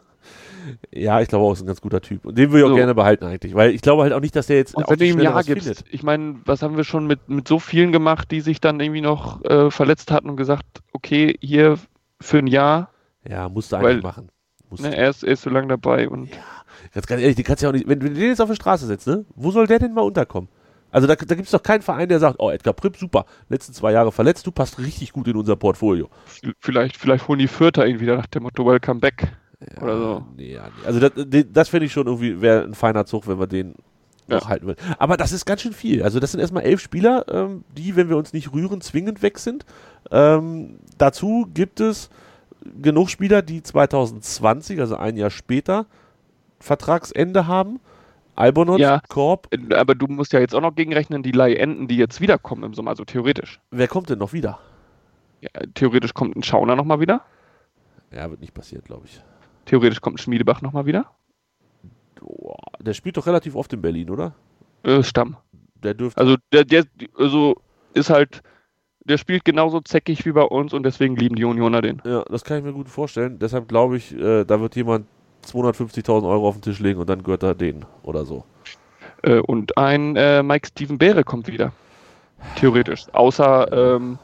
Ja, ich glaube auch, ist ein ganz guter Typ. Und den würde ich auch so gerne behalten eigentlich, weil ich glaube halt auch nicht, dass der jetzt und wenn du ihm Ja gibst, findet. Ich meine, was haben wir schon mit, mit so vielen gemacht, die sich dann irgendwie noch äh, verletzt hatten und gesagt, okay, hier für ein Jahr. Ja, musst du eigentlich machen. Ne, er, ist, er ist so lange dabei. Und ja, ganz, ganz ehrlich, die kannst ja auch nicht, wenn, wenn du den jetzt auf die Straße setzt, ne, wo soll der denn mal unterkommen? Also da, da gibt es doch keinen Verein, der sagt, oh, Edgar Pripp, super, letzten zwei Jahre verletzt, du passt richtig gut in unser Portfolio. Vielleicht, vielleicht holen die Fürther ihn wieder nach dem Motto Welcome back. Ja, oder so. Nee, ja, nee. Also das, das finde ich schon irgendwie, wäre ein feiner Zug, wenn wir den noch Ja. halten will. Aber das ist ganz schön viel. Also das sind erstmal elf Spieler, ähm, die, wenn wir uns nicht rühren, zwingend weg sind. Ähm, dazu gibt es genug Spieler, die zwanzig zwanzig, also ein Jahr später, Vertragsende haben. Albonot, Ja. Korb. Aber du musst ja jetzt auch noch gegenrechnen, die Leihenden, die jetzt wiederkommen im Sommer, also theoretisch. Wer kommt denn noch wieder? Ja, theoretisch kommt ein Schauner nochmal wieder. Ja, wird nicht passieren, glaube ich. Theoretisch kommt ein Schmiedebach nochmal wieder. Oh, der spielt doch relativ oft in Berlin, oder? Äh, Stamm. Der dürfte. Also der, der also ist halt, der spielt genauso zäckig wie bei uns und deswegen lieben die Unioner den. Ja, das kann ich mir gut vorstellen. Deshalb glaube ich, äh, da wird jemand zweihundertfünfzigtausend Euro auf den Tisch legen und dann gehört er denen oder so. Äh, und ein äh, Mike Steven Beere kommt wieder. Theoretisch. Außer ähm,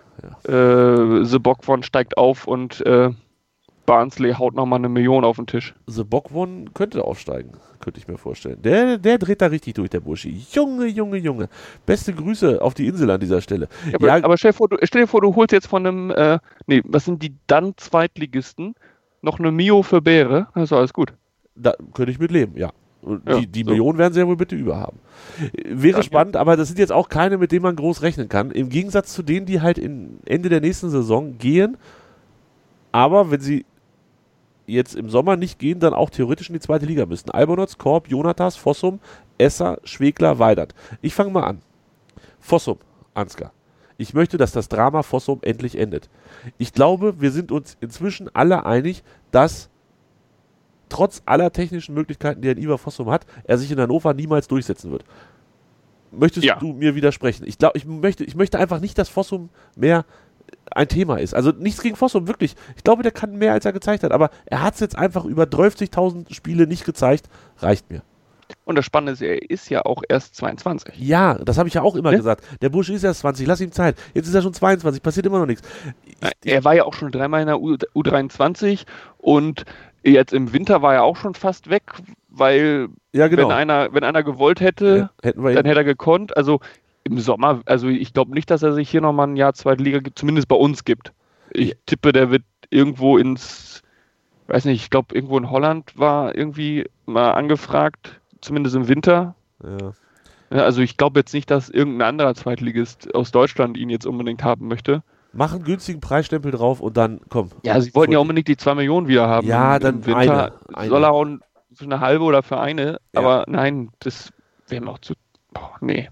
äh, The Bockwon steigt auf und äh, Barnsley haut nochmal eine Million auf den Tisch. The Bockwon könnte aufsteigen, könnte ich mir vorstellen. Der, der dreht da richtig durch, der Burschi. Junge, Junge, Junge. Beste Grüße auf die Insel an dieser Stelle. Ja, aber, Ja, aber stell, dir vor, du, stell dir vor, du holst jetzt von einem, äh, nee, was sind die dann Zweitligisten? Noch eine Mio für Beere? Also alles gut. da könnte ich mit leben, ja. Und Ja, die die so. Millionen werden sie ja wohl bitte über haben. Wäre Danke. spannend, aber das sind jetzt auch keine, mit denen man groß rechnen kann. Im Gegensatz zu denen, die halt in Ende der nächsten Saison gehen. Aber wenn sie jetzt im Sommer nicht gehen, dann auch theoretisch in die zweite Liga müssten. Albonotz, Korb, Jonatas, Fossum, Esser, Schwegler, Weidert. Ich fange mal an. Fossum, Ansgar. Ich möchte, dass das Drama Fossum endlich endet. Ich glaube, wir sind uns inzwischen alle einig, dass trotz aller technischen Möglichkeiten, die ein Ivar Fossum hat, er sich in Hannover niemals durchsetzen wird. Möchtest Ja. du mir widersprechen? Ich glaube, ich möchte, ich möchte einfach nicht, dass Fossum mehr ein Thema ist. Also nichts gegen Fossum, wirklich. Ich glaube, der kann mehr, als er gezeigt hat. Aber er hat es jetzt einfach über dreißigtausend Spiele nicht gezeigt. Reicht mir. Und das Spannende ist, er ist ja auch erst zweiundzwanzig. Ja, das habe ich ja auch immer Ne? gesagt. Der Bursche ist erst zwanzig, lass ihm Zeit. Jetzt ist er schon zweiundzwanzig, passiert immer noch nichts. Ich, Er war ja auch schon dreimal in der U dreiundzwanzig und jetzt im Winter war er auch schon fast weg, weil ja, genau. wenn einer, wenn einer gewollt hätte, ja, hätten wir dann ihn. hätte er gekonnt. Also im Sommer, also ich glaube nicht, dass er sich hier nochmal ein Jahr zweite Liga gibt, zumindest bei uns gibt. Ich tippe, der wird irgendwo ins, weiß nicht, ich glaube irgendwo in Holland war irgendwie mal angefragt, zumindest im Winter. Ja. Ja, also ich glaube jetzt nicht, dass irgendein anderer Zweitligist aus Deutschland ihn jetzt unbedingt haben möchte. Mach einen günstigen Preisstempel drauf und dann, komm. Ja, sie wollten ja unbedingt die zwei Millionen wieder haben. Ja, im, dann im Winter. eine, eine. Soll er auch für eine halbe oder für eine, Ja. aber nein, das wäre noch zu, boah, nee.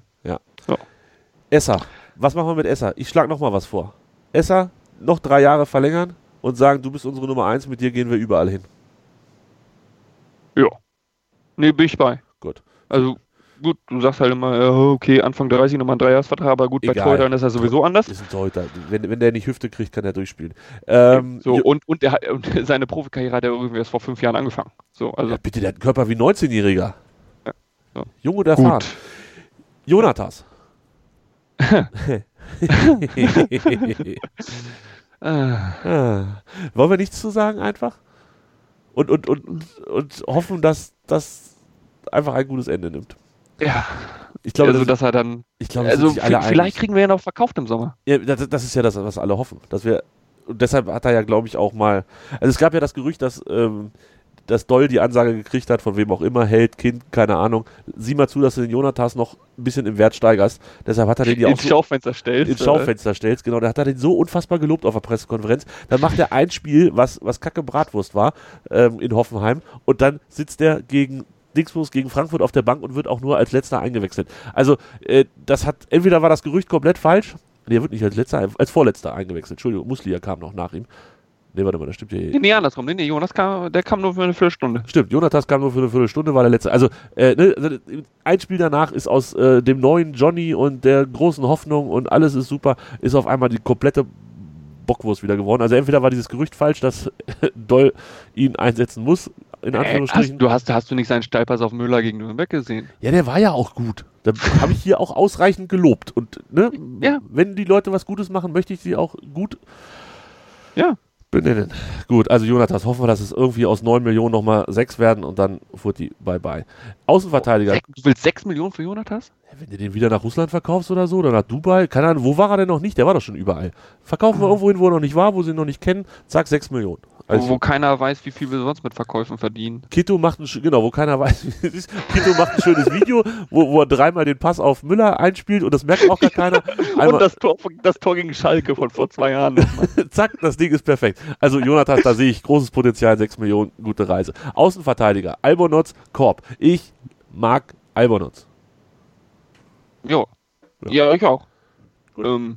Esser. Was machen wir mit Esser? Ich schlage nochmal was vor. Esser, noch drei Jahre verlängern und sagen, du bist unsere Nummer eins, mit dir gehen wir überall hin. Ja. Nee, bin ich bei. Gut. Also gut, du sagst halt immer, ja, okay, Anfang dreißig nochmal ein Dreijahresvertrag, aber gut, bei Egal. Torhütern ist er sowieso anders. Ist ein Torhüter. Wenn, wenn der nicht Hüfte kriegt, kann er durchspielen. Ähm, So, Jo- und, und, der, hat- und seine Profikarriere hat er irgendwie erst vor fünf Jahren angefangen. So, also ja, bitte, der hat einen Körper wie ein neunzehnjähriger. Ja, so. Jung und erfahren. Gut. Jonatas. Ah, Ah. Wollen wir nichts zu sagen einfach? Und, und, und, und hoffen, dass das einfach ein gutes Ende nimmt. ja, Ich glaube, also das, dass er dann, ich glaube, das also sind sich alle v- vielleicht einig. kriegen wir ja noch verkauft im Sommer. Ja, das, das ist ja das, was alle hoffen. Dass wir, und deshalb hat er ja, glaube ich, auch mal. Also es gab ja das Gerücht, dass, ähm, dass Doll die Ansage gekriegt hat, von wem auch immer, Held, Kind, keine Ahnung. Sieh mal zu, dass du den Jonatas noch ein bisschen im Wert steigerst. Deshalb hat er den ja auch Ins so Schaufenster stellst. ins Schaufenster stellst. Genau, der hat er den so unfassbar gelobt auf der Pressekonferenz. Dann macht er ein Spiel, was, was Kacke Bratwurst war, ähm, in Hoffenheim. Und dann sitzt er gegen Dingsbus gegen Frankfurt auf der Bank und wird auch nur als letzter eingewechselt. Also, äh, das hat, entweder war das Gerücht komplett falsch, nee, er wird nicht als letzter, als vorletzter eingewechselt. Entschuldigung, Muslia kam noch nach ihm. Nee, warte mal, das stimmt ja Nee, hier. nee, andersrum. Nee, nee, Jonas kam, der kam nur für eine Viertelstunde. Stimmt, Jonatas kam nur für eine Viertelstunde, war der letzte. Also, äh, ne, also, ein Spiel danach ist aus äh, dem neuen Johnny und der großen Hoffnung und alles ist super, ist auf einmal die komplette Bockwurst wieder geworden. Also entweder war dieses Gerücht falsch, dass Doll ihn einsetzen muss, in Äh, Anführungsstrichen. hast, du hast, hast du nicht seinen Steilpass auf Müller gegen Nürnberg gesehen? Ja, der war ja auch gut. Da habe ich hier auch ausreichend gelobt. Und ne, Ja. wenn die Leute was Gutes machen, möchte ich sie auch gut Ja. benennen. Gut, also Jonatas, hoffen wir, dass es irgendwie aus neun Millionen nochmal sechs werden und dann fuhrt die bye-bye. Außenverteidiger, Sech- Du willst sechs Millionen für Jonatas? wenn du den wieder nach Russland verkaufst oder so, oder nach Dubai, keine Ahnung, wo war er denn noch nicht? Der war doch schon überall. Verkaufen wir irgendwo hin, wo er noch nicht war, wo sie ihn noch nicht kennen, zack, sechs Millionen. Also wo, wo keiner weiß, wie viel wir sonst mit Verkäufen verdienen. Kitto macht ein, genau, wo keiner weiß, wie es ist. Kitto macht ein schönes Video, wo, wo er dreimal den Pass auf Müller einspielt und das merkt auch gar keiner. Einmal, und das Tor, das Tor gegen Schalke von vor zwei Jahren. Zack, das Ding ist perfekt. Also Jonathan, da sehe ich großes Potenzial, sechs Millionen, gute Reise. Außenverteidiger, Albonotz, Korb. Ich mag Albonotz. Ja. Ja. Ja, ich auch. Gut. Ähm,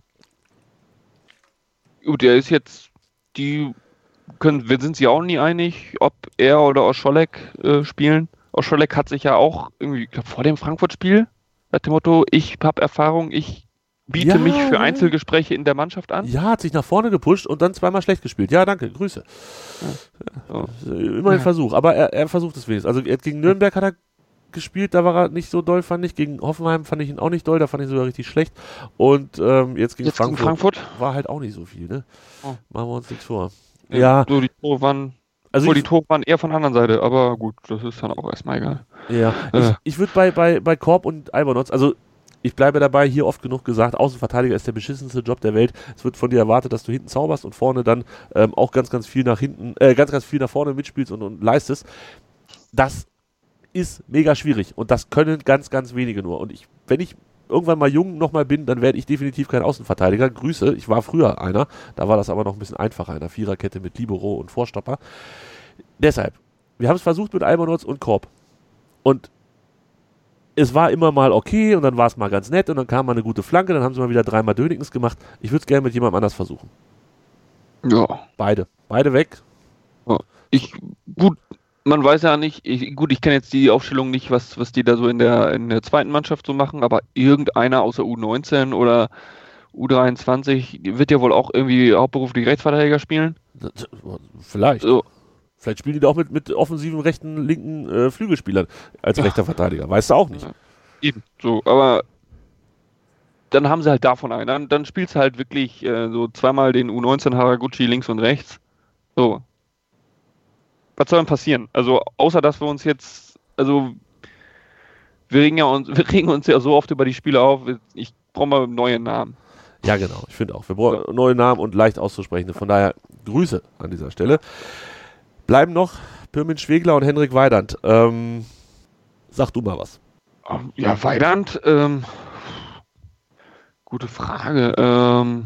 gut, der ist jetzt, die können, wir sind sich auch nie einig, ob er oder Oscholek äh, spielen. Oscholek hat sich ja auch irgendwie, ich glaube, vor dem Frankfurt-Spiel, nach dem Motto, ich habe Erfahrung, ich biete Ja. mich für Einzelgespräche in der Mannschaft an. Ja, hat sich nach vorne gepusht und dann zweimal schlecht gespielt. Ja, danke, Grüße. Ja. Ja. Immer ein Ja. Versuch, aber er, er versucht es wenigstens. Also er, gegen Nürnberg hat er gespielt, da war er nicht so doll, fand ich. Gegen Hoffenheim fand ich ihn auch nicht doll, da fand ich ihn sogar richtig schlecht. Und ähm, jetzt, gegen, Jetzt Frankfurt gegen Frankfurt? war halt auch nicht so viel, ne? Oh. Machen wir uns nichts vor. Ja. Ja, So, die Tore waren, also obwohl ich, die Tore waren eher von der anderen Seite, aber gut, das ist dann auch erstmal egal. ja. Äh. ich, ich würde bei, bei, bei Korb und Albonotz, also ich bleibe dabei, hier oft genug gesagt, Außenverteidiger ist der beschissenste Job der Welt. Es wird von dir erwartet, dass du hinten zauberst und vorne dann ähm, auch ganz, ganz viel nach hinten, äh, ganz, ganz viel nach vorne mitspielst und, und leistest. Das ist mega schwierig und das können ganz, ganz wenige nur. Und ich, wenn ich irgendwann mal jung nochmal bin, dann werde ich definitiv kein Außenverteidiger. Grüße, ich war früher einer, da war das aber noch ein bisschen einfacher, in der Viererkette mit Libero und Vorstopper. Deshalb, wir haben es versucht mit Albonotz und Korb. Und es war immer mal okay und dann war es mal ganz nett und dann kam mal eine gute Flanke, dann haben sie mal wieder dreimal Döniggens gemacht. Ich würde es gerne mit jemandem anders versuchen. Ja. Beide. Beide weg. Ich, gut, man weiß ja nicht, ich, gut, ich kenne jetzt die Aufstellung nicht, was, was die da so in der, in der zweiten Mannschaft so machen, aber irgendeiner außer U neunzehn oder U dreiundzwanzig wird ja wohl auch irgendwie hauptberuflich Rechtsverteidiger spielen. Vielleicht. So. Vielleicht spielen die da auch mit, mit offensiven, rechten, linken äh, Flügelspielern als ja. rechter Verteidiger. Weißt du auch nicht. Ja. Eben, so, aber dann haben sie halt davon einen. Dann, dann spielst du halt wirklich äh, so zweimal den U neunzehn Haraguchi links und rechts. So. Was soll denn passieren? Also, außer dass wir uns jetzt, also, wir regen, ja uns, wir regen uns ja so oft über die Spiele auf, ich brauche mal einen neuen Namen. Ja, genau, ich finde auch. Wir brauchen einen neuen Namen und leicht auszusprechende. Von daher Grüße an dieser Stelle. Bleiben noch Pirmin Schwegler und Henrik Weidand. Ähm, sag du mal was. Ja, Weidand, ähm, gute Frage. Ähm,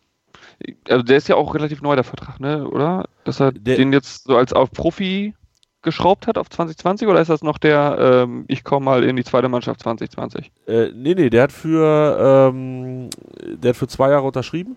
also der ist ja auch relativ neu, der Vertrag, ne, oder? Dass er der, den jetzt so als auf Profi geschraubt hat auf zwanzig zwanzig oder ist das noch der, ähm, ich komme mal in die zweite Mannschaft zwanzig zwanzig? Äh, nee, nee, der hat für ähm, der hat für zwei Jahre unterschrieben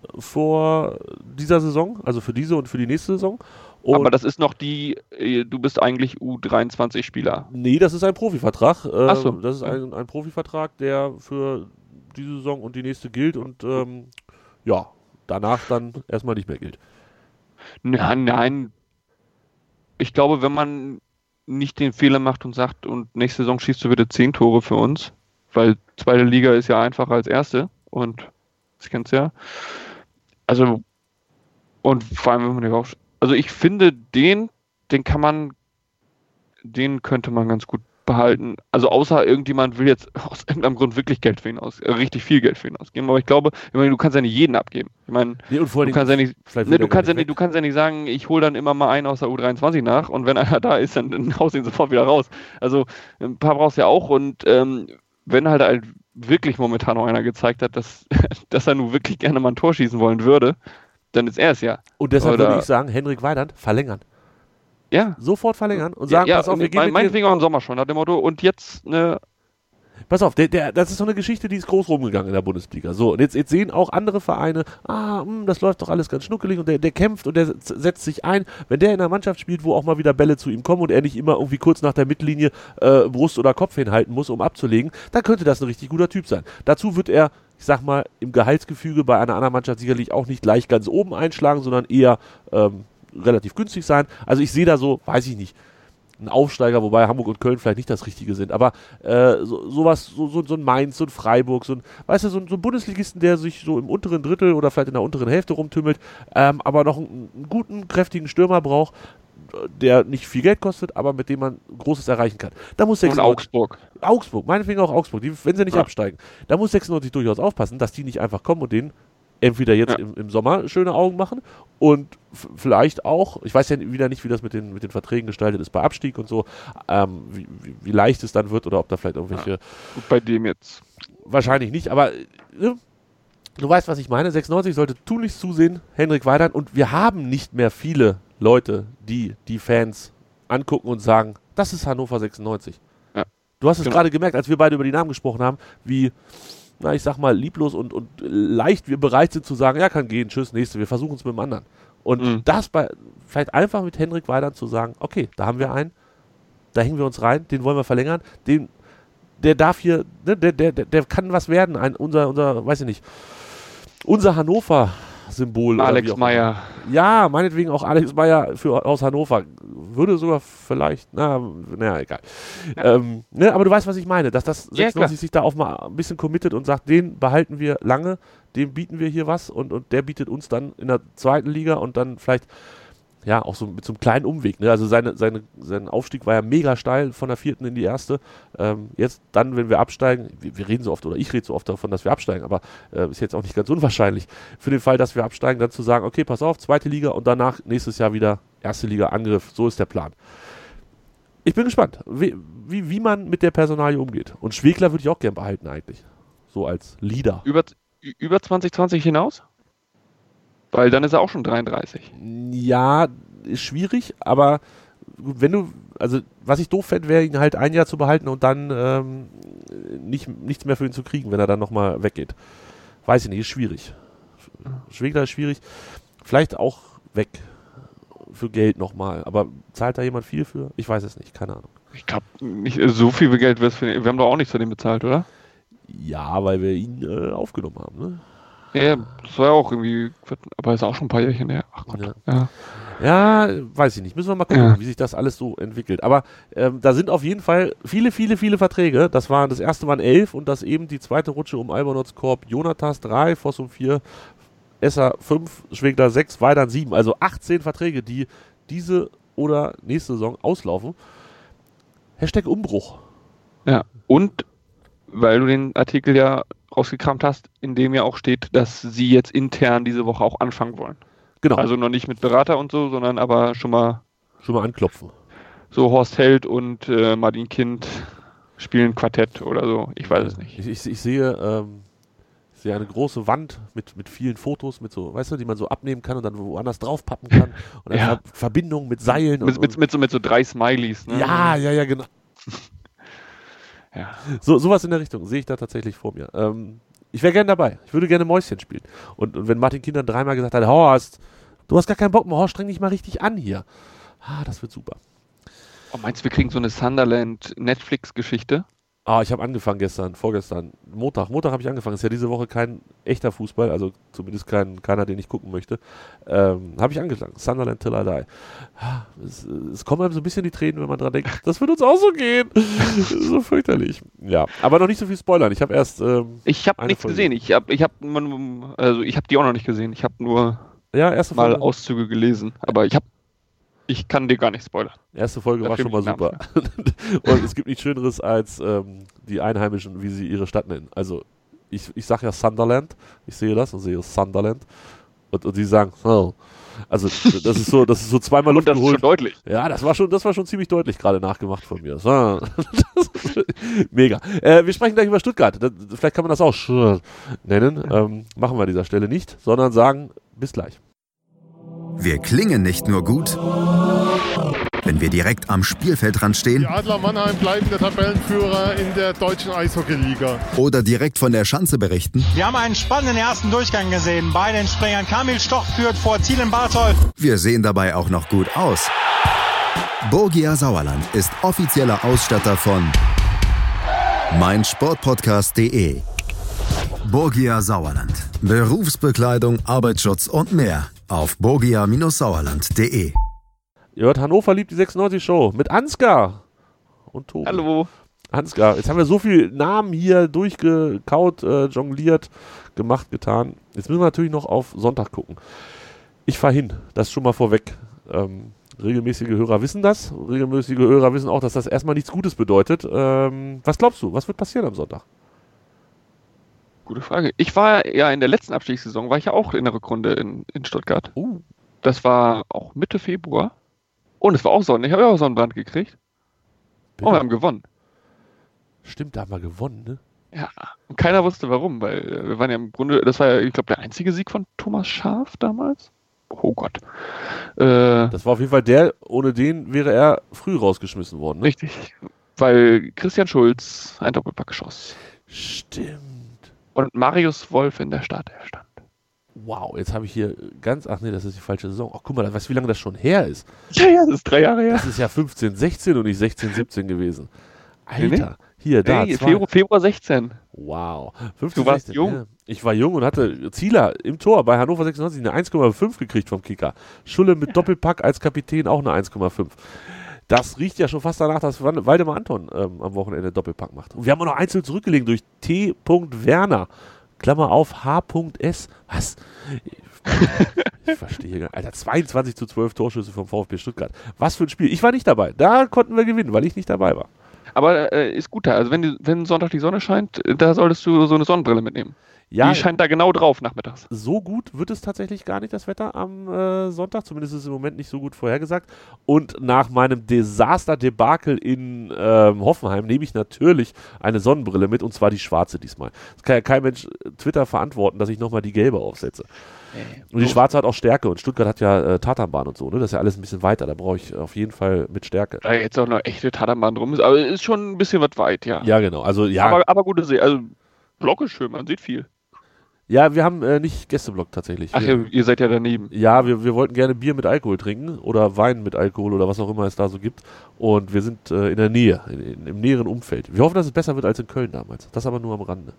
vor dieser Saison, also für diese und für die nächste Saison. Und aber das ist noch die, du bist eigentlich U dreiundzwanzig Spieler. Nee, das ist ein Profivertrag. Ähm, Ach so. Das ist ein, ein Profivertrag, der für diese Saison und die nächste gilt und ähm, ja, danach dann erstmal nicht mehr gilt. Nein, nein. Ich glaube, wenn man nicht den Fehler macht und sagt, und nächste Saison schießt du bitte zehn Tore für uns, weil zweite Liga ist ja einfacher als erste und das kennst du ja. Also, und vor allem, wenn man den auch, also ich finde, den, den kann man, den könnte man ganz gut behalten. Also außer irgendjemand will jetzt aus irgendeinem Grund wirklich Geld für ihn aus, äh, richtig viel Geld für ihn ausgeben. Aber ich glaube, ich meine, du kannst ja nicht jeden abgeben. Ich meine, nee, und vor du kannst ja nicht, ne, du kannst ja nicht, du kannst ja nicht sagen, ich hole dann immer mal einen aus der U dreiundzwanzig nach und wenn einer da ist, dann, dann haust du ihn sofort wieder raus. Also ein paar brauchst du ja auch und ähm, wenn halt, halt wirklich momentan noch einer gezeigt hat, dass, dass er nun wirklich gerne mal ein Tor schießen wollen würde, dann ist er es ja. Und deshalb Oder, würde ich sagen, Henrik Weidand verlängern. Ja. Sofort verlängern und sagen, ja, pass auf, wir mein, gehen mit meinetwegen auch im Sommer schon, nach dem Motto, und jetzt eine. Pass auf, der, der, das ist so eine Geschichte, die ist groß rumgegangen in der Bundesliga. So, und jetzt, jetzt sehen auch andere Vereine, ah, mh, das läuft doch alles ganz schnuckelig und der, der kämpft und der setzt sich ein. Wenn der in einer Mannschaft spielt, wo auch mal wieder Bälle zu ihm kommen und er nicht immer irgendwie kurz nach der Mittellinie äh, Brust oder Kopf hinhalten muss, um abzulegen, dann könnte das ein richtig guter Typ sein. Dazu wird er, ich sag mal, im Gehaltsgefüge bei einer anderen Mannschaft sicherlich auch nicht gleich ganz oben einschlagen, sondern eher ähm, relativ günstig sein. Also ich sehe da so, weiß ich nicht, ein Aufsteiger, wobei Hamburg und Köln vielleicht nicht das Richtige sind, aber äh, so, sowas, so, so, so ein Mainz, so ein Freiburg, so ein, weißt du, so ein, so ein Bundesligisten, der sich so im unteren Drittel oder vielleicht in der unteren Hälfte rumtümmelt, ähm, aber noch einen, einen guten, kräftigen Stürmer braucht, der nicht viel Geld kostet, aber mit dem man Großes erreichen kann. Da muss Und Augsburg. Augsburg, meinetwegen auch Augsburg, die, wenn sie nicht ja. absteigen. Da muss sechsundneunzig durchaus aufpassen, dass die nicht einfach kommen und den entweder jetzt Ja. im, im Sommer schöne Augen machen und f- vielleicht auch, ich weiß ja wieder nicht, wie das mit den, mit den Verträgen gestaltet ist bei Abstieg und so, ähm, wie, wie, wie leicht es dann wird oder ob da vielleicht irgendwelche, Gut, bei dem jetzt. wahrscheinlich nicht, aber ne, du weißt, was ich meine, sechsundneunzig sollte tunlichst zusehen, Henrik Weidand, und wir haben nicht mehr viele Leute, die die Fans angucken und sagen, das ist Hannover sechsundneunzig. Ja. Du hast es Genau. gerade gemerkt, als wir beide über die Namen gesprochen haben, wie, na, ich sag mal, lieblos und, und leicht wir bereit sind zu sagen, ja, kann gehen, tschüss, nächste, wir versuchen es mit dem anderen. Und Mhm. das bei, vielleicht einfach mit Henrik Weidand zu sagen, okay, da haben wir einen, da hängen wir uns rein, den wollen wir verlängern, den, der darf hier, ne, der, der, der, der kann was werden, ein, unser, unser, weiß ich nicht, unser Hannover-Symbol. oder wie Alex auch immer. Meyer. Ja, meinetwegen auch Alex Meyer für, aus Hannover. Würde sogar vielleicht, na, naja, egal. Ähm, ne, aber du weißt, was ich meine, dass das Ja, sechsundneunzig sich da auch mal ein bisschen committet und sagt, den behalten wir lange, dem bieten wir hier was und, und der bietet uns dann in der zweiten Liga und dann vielleicht, ja, auch so mit so einem kleinen Umweg. Ne? Also seine, seine, sein Aufstieg war ja mega steil von der vierten in die erste. Ähm, jetzt dann, wenn wir absteigen, wir, wir reden so oft, oder ich rede so oft davon, dass wir absteigen, aber äh, ist jetzt auch nicht ganz unwahrscheinlich. Für den Fall, dass wir absteigen, dann zu sagen, okay, pass auf, zweite Liga und danach nächstes Jahr wieder erste Liga Angriff. So ist der Plan. Ich bin gespannt, wie, wie, wie man mit der Personalie umgeht. Und Schwegler würde ich auch gern behalten eigentlich. So als Leader. Über, über zwanzig zwanzig hinaus? Weil dann ist er auch schon dreiunddreißig. Ja, ist schwierig, aber gut, wenn du, also was ich doof fände, wäre ihn halt ein Jahr zu behalten und dann ähm, nicht, nichts mehr für ihn zu kriegen, wenn er dann nochmal weggeht. Weiß ich nicht, ist schwierig. Schwegler ist schwierig. Vielleicht auch weg für Geld nochmal, aber zahlt da jemand viel für? Ich weiß es nicht, keine Ahnung. Ich glaube, nicht so viel Geld wird es für den. Wir haben doch auch nichts für den bezahlt, oder? Ja, weil wir ihn äh, aufgenommen haben, ne? Ja, das war ja auch irgendwie, aber ist auch schon ein paar Jährchen her. Ach Gott. Ja. Ja. Ja, weiß ich nicht. Müssen wir mal gucken, Ja. wie sich das alles so entwickelt. Aber ähm, da sind auf jeden Fall viele, viele, viele Verträge. Das waren das erste waren elf und das eben die zweite Rutsche um Albonots Korb, Jonatas drei, Fossum vier, Esser fünf, Schwegler sechs, Weidand sieben. Also achtzehn Verträge, die diese oder nächste Saison auslaufen. Hashtag Umbruch. Ja. Und weil du den Artikel ja rausgekramt hast, in dem ja auch steht, dass sie jetzt intern diese Woche auch anfangen wollen. Genau, Also noch nicht mit Berater und so, sondern aber schon mal schon mal anklopfen. so Horst Held und äh, Martin Kind spielen Quartett oder so. Ich weiß es nicht. Ich, ich, ich sehe, ähm, ich sehe eine große Wand mit, mit vielen Fotos, mit so, weißt du, die man so abnehmen kann und dann woanders draufpappen kann. Und dann Ja. Ver Verbindungen mit Seilen. Mit, und, mit, mit, so, mit so drei Smileys. Ne? ja, ja, ja, genau. Ja. So, sowas in der Richtung sehe ich da tatsächlich vor mir. Ähm, ich wäre gerne dabei. Ich würde gerne Mäuschen spielen. Und, und wenn Martin Kind dann dreimal gesagt hat, Horst, du hast gar keinen Bock mehr, Horst, streng dich mal richtig an hier. Ah, das wird super. Oh, meinst du, wir kriegen so eine Sunderland-Netflix-Geschichte? Ah, ich habe angefangen gestern, vorgestern, Montag. Montag habe ich angefangen. Ist ja diese Woche kein echter Fußball, also zumindest kein, keiner, den ich gucken möchte. Ähm, habe ich angefangen. Sunderland till I die. Ah, Es, es kommen einem so ein bisschen die Tränen, wenn man dran denkt, das wird uns auch so gehen. So fürchterlich. Ja, aber noch nicht so viel Spoilern. Ich habe erst ähm, Ich habe Eine nichts Folge. gesehen. Ich habe ich hab, also ich habe die auch noch nicht gesehen. Ich habe nur ja, erste mal Folge. Auszüge gelesen. Aber ich habe, ich kann dir gar nicht spoilern. Erste Folge war Dafür schon mal bin ich super. Und es gibt nichts Schöneres als ähm, die Einheimischen, wie sie ihre Stadt nennen. Also ich, ich sage ja Sunderland, ich sehe das und sehe Sunderland und, und sie sagen, oh. Also das ist so, das ist so zweimal Luft Und das ist schon geholt. deutlich. Ja, das war schon, das war schon ziemlich deutlich gerade nachgemacht von mir. So. Mega. Äh, wir sprechen gleich über Stuttgart. Das, vielleicht kann man das auch sch- nennen. Ähm, machen wir an dieser Stelle nicht, sondern sagen bis gleich. Wir klingen nicht nur gut, wenn wir direkt am Spielfeldrand stehen Die Adler Mannheim bleiben der Tabellenführer in der deutschen Eishockeyliga. oder direkt von der Schanze berichten. Wir haben einen spannenden ersten Durchgang gesehen. Bei den Springern Kamil Stoch führt vor Ziel in Bartol. Wir sehen dabei auch noch gut aus. Borgia Sauerland ist offizieller Ausstatter von meinsportpodcast punkt de. Borgia Sauerland. Berufsbekleidung, Arbeitsschutz und mehr auf borgia Sauerland punkt de. Ihr hört Hannover liebt die sechsundneunzig Show mit Ansgar und Tobi. Hallo. Ansgar, jetzt haben wir so viele Namen hier durchgekaut, äh, jongliert, gemacht, getan. Jetzt müssen wir natürlich noch auf Sonntag gucken. Ich fahre hin, das schon mal vorweg. Ähm, regelmäßige Hörer wissen das. Regelmäßige Hörer wissen auch, dass das erstmal nichts Gutes bedeutet. Ähm, was glaubst du, was wird passieren am Sonntag? Gute Frage. Ich war ja in der letzten Abstiegssaison, war ich ja auch in der Rückrunde in, in Stuttgart. Uh. Das war auch Mitte Februar. Und es war auch Sonne. Ich habe ja auch Sonnenbrand gekriegt. Bitte? Und wir haben gewonnen. Stimmt, da haben wir gewonnen, ne? Ja, und keiner wusste warum, weil wir waren ja im Grunde, das war ja, ich glaube, der einzige Sieg von Thomas Schaaf damals. Oh Gott. Äh, Das war auf jeden Fall der, ohne den wäre er früh rausgeschmissen worden, ne? Richtig. Weil Christian Schulz ein Doppelpack schoss. Stimmt. Und Marius Wolf in der Startelf stand. Wow, jetzt habe ich hier ganz, ach nee, das ist die falsche Saison. Ach, guck mal, weißt du, wie lange das schon her ist? Ja, ja, das ist drei Jahre her. Das ist ja fünfzehn, sechzehn und nicht sechzehn, siebzehn gewesen. Alter, Nee, nee. hier, da, Hey, zwei. Februar, Februar sechzehn. Wow. fünfzehn, Du warst sechzehn, jung. Ja. Ich war jung und hatte Zieler im Tor bei Hannover sechsundneunzig eine eins Komma fünf gekriegt vom Kicker. Schulle mit Doppelpack als Kapitän auch eine eins Komma fünf. Das riecht ja schon fast danach, dass Waldemar Anton ähm, am Wochenende Doppelpack macht. Und wir haben auch noch einzeln zurückgelegen durch T. Werner. Klammer auf, H. S. Was? Ich verstehe gar nicht. Alter, zweiundzwanzig zu zwölf Torschüsse vom VfB Stuttgart. Was für ein Spiel. Ich war nicht dabei. Da konnten wir gewinnen, weil ich nicht dabei war. Aber äh, ist gut da. Also wenn, die, wenn Sonntag die Sonne scheint, da solltest du so eine Sonnenbrille mitnehmen. Ja, Die scheint da genau drauf nachmittags. so gut wird es tatsächlich gar nicht, das Wetter am äh, Sonntag. Zumindest ist es im Moment nicht so gut vorhergesagt. Und nach meinem Desaster-Debakel in ähm, Hoffenheim nehme ich natürlich eine Sonnenbrille mit, und zwar die schwarze diesmal. Das kann ja kein Mensch äh, Twitter verantworten, dass ich nochmal die gelbe aufsetze. Und die schwarze hat auch Stärke, und Stuttgart hat ja äh, Tatanbahn und so, ne? Das ist ja alles ein bisschen weiter, da brauche ich auf jeden Fall mit Stärke. Da jetzt auch noch echte Tatanbahn drum ist, aber es ist schon ein bisschen was weit, ja. Ja, genau, also ja, Aber, aber gute See, also Block ist schön, man sieht viel. ja wir haben äh, nicht Gästeblock tatsächlich. Ach wir, ja, ihr seid ja daneben. Ja, wir, wir wollten gerne Bier mit Alkohol trinken oder Wein mit Alkohol oder was auch immer es da so gibt, und wir sind äh, in der Nähe, in, in, im näheren Umfeld. Wir hoffen, dass es besser wird als in Köln damals, das aber nur am Rande.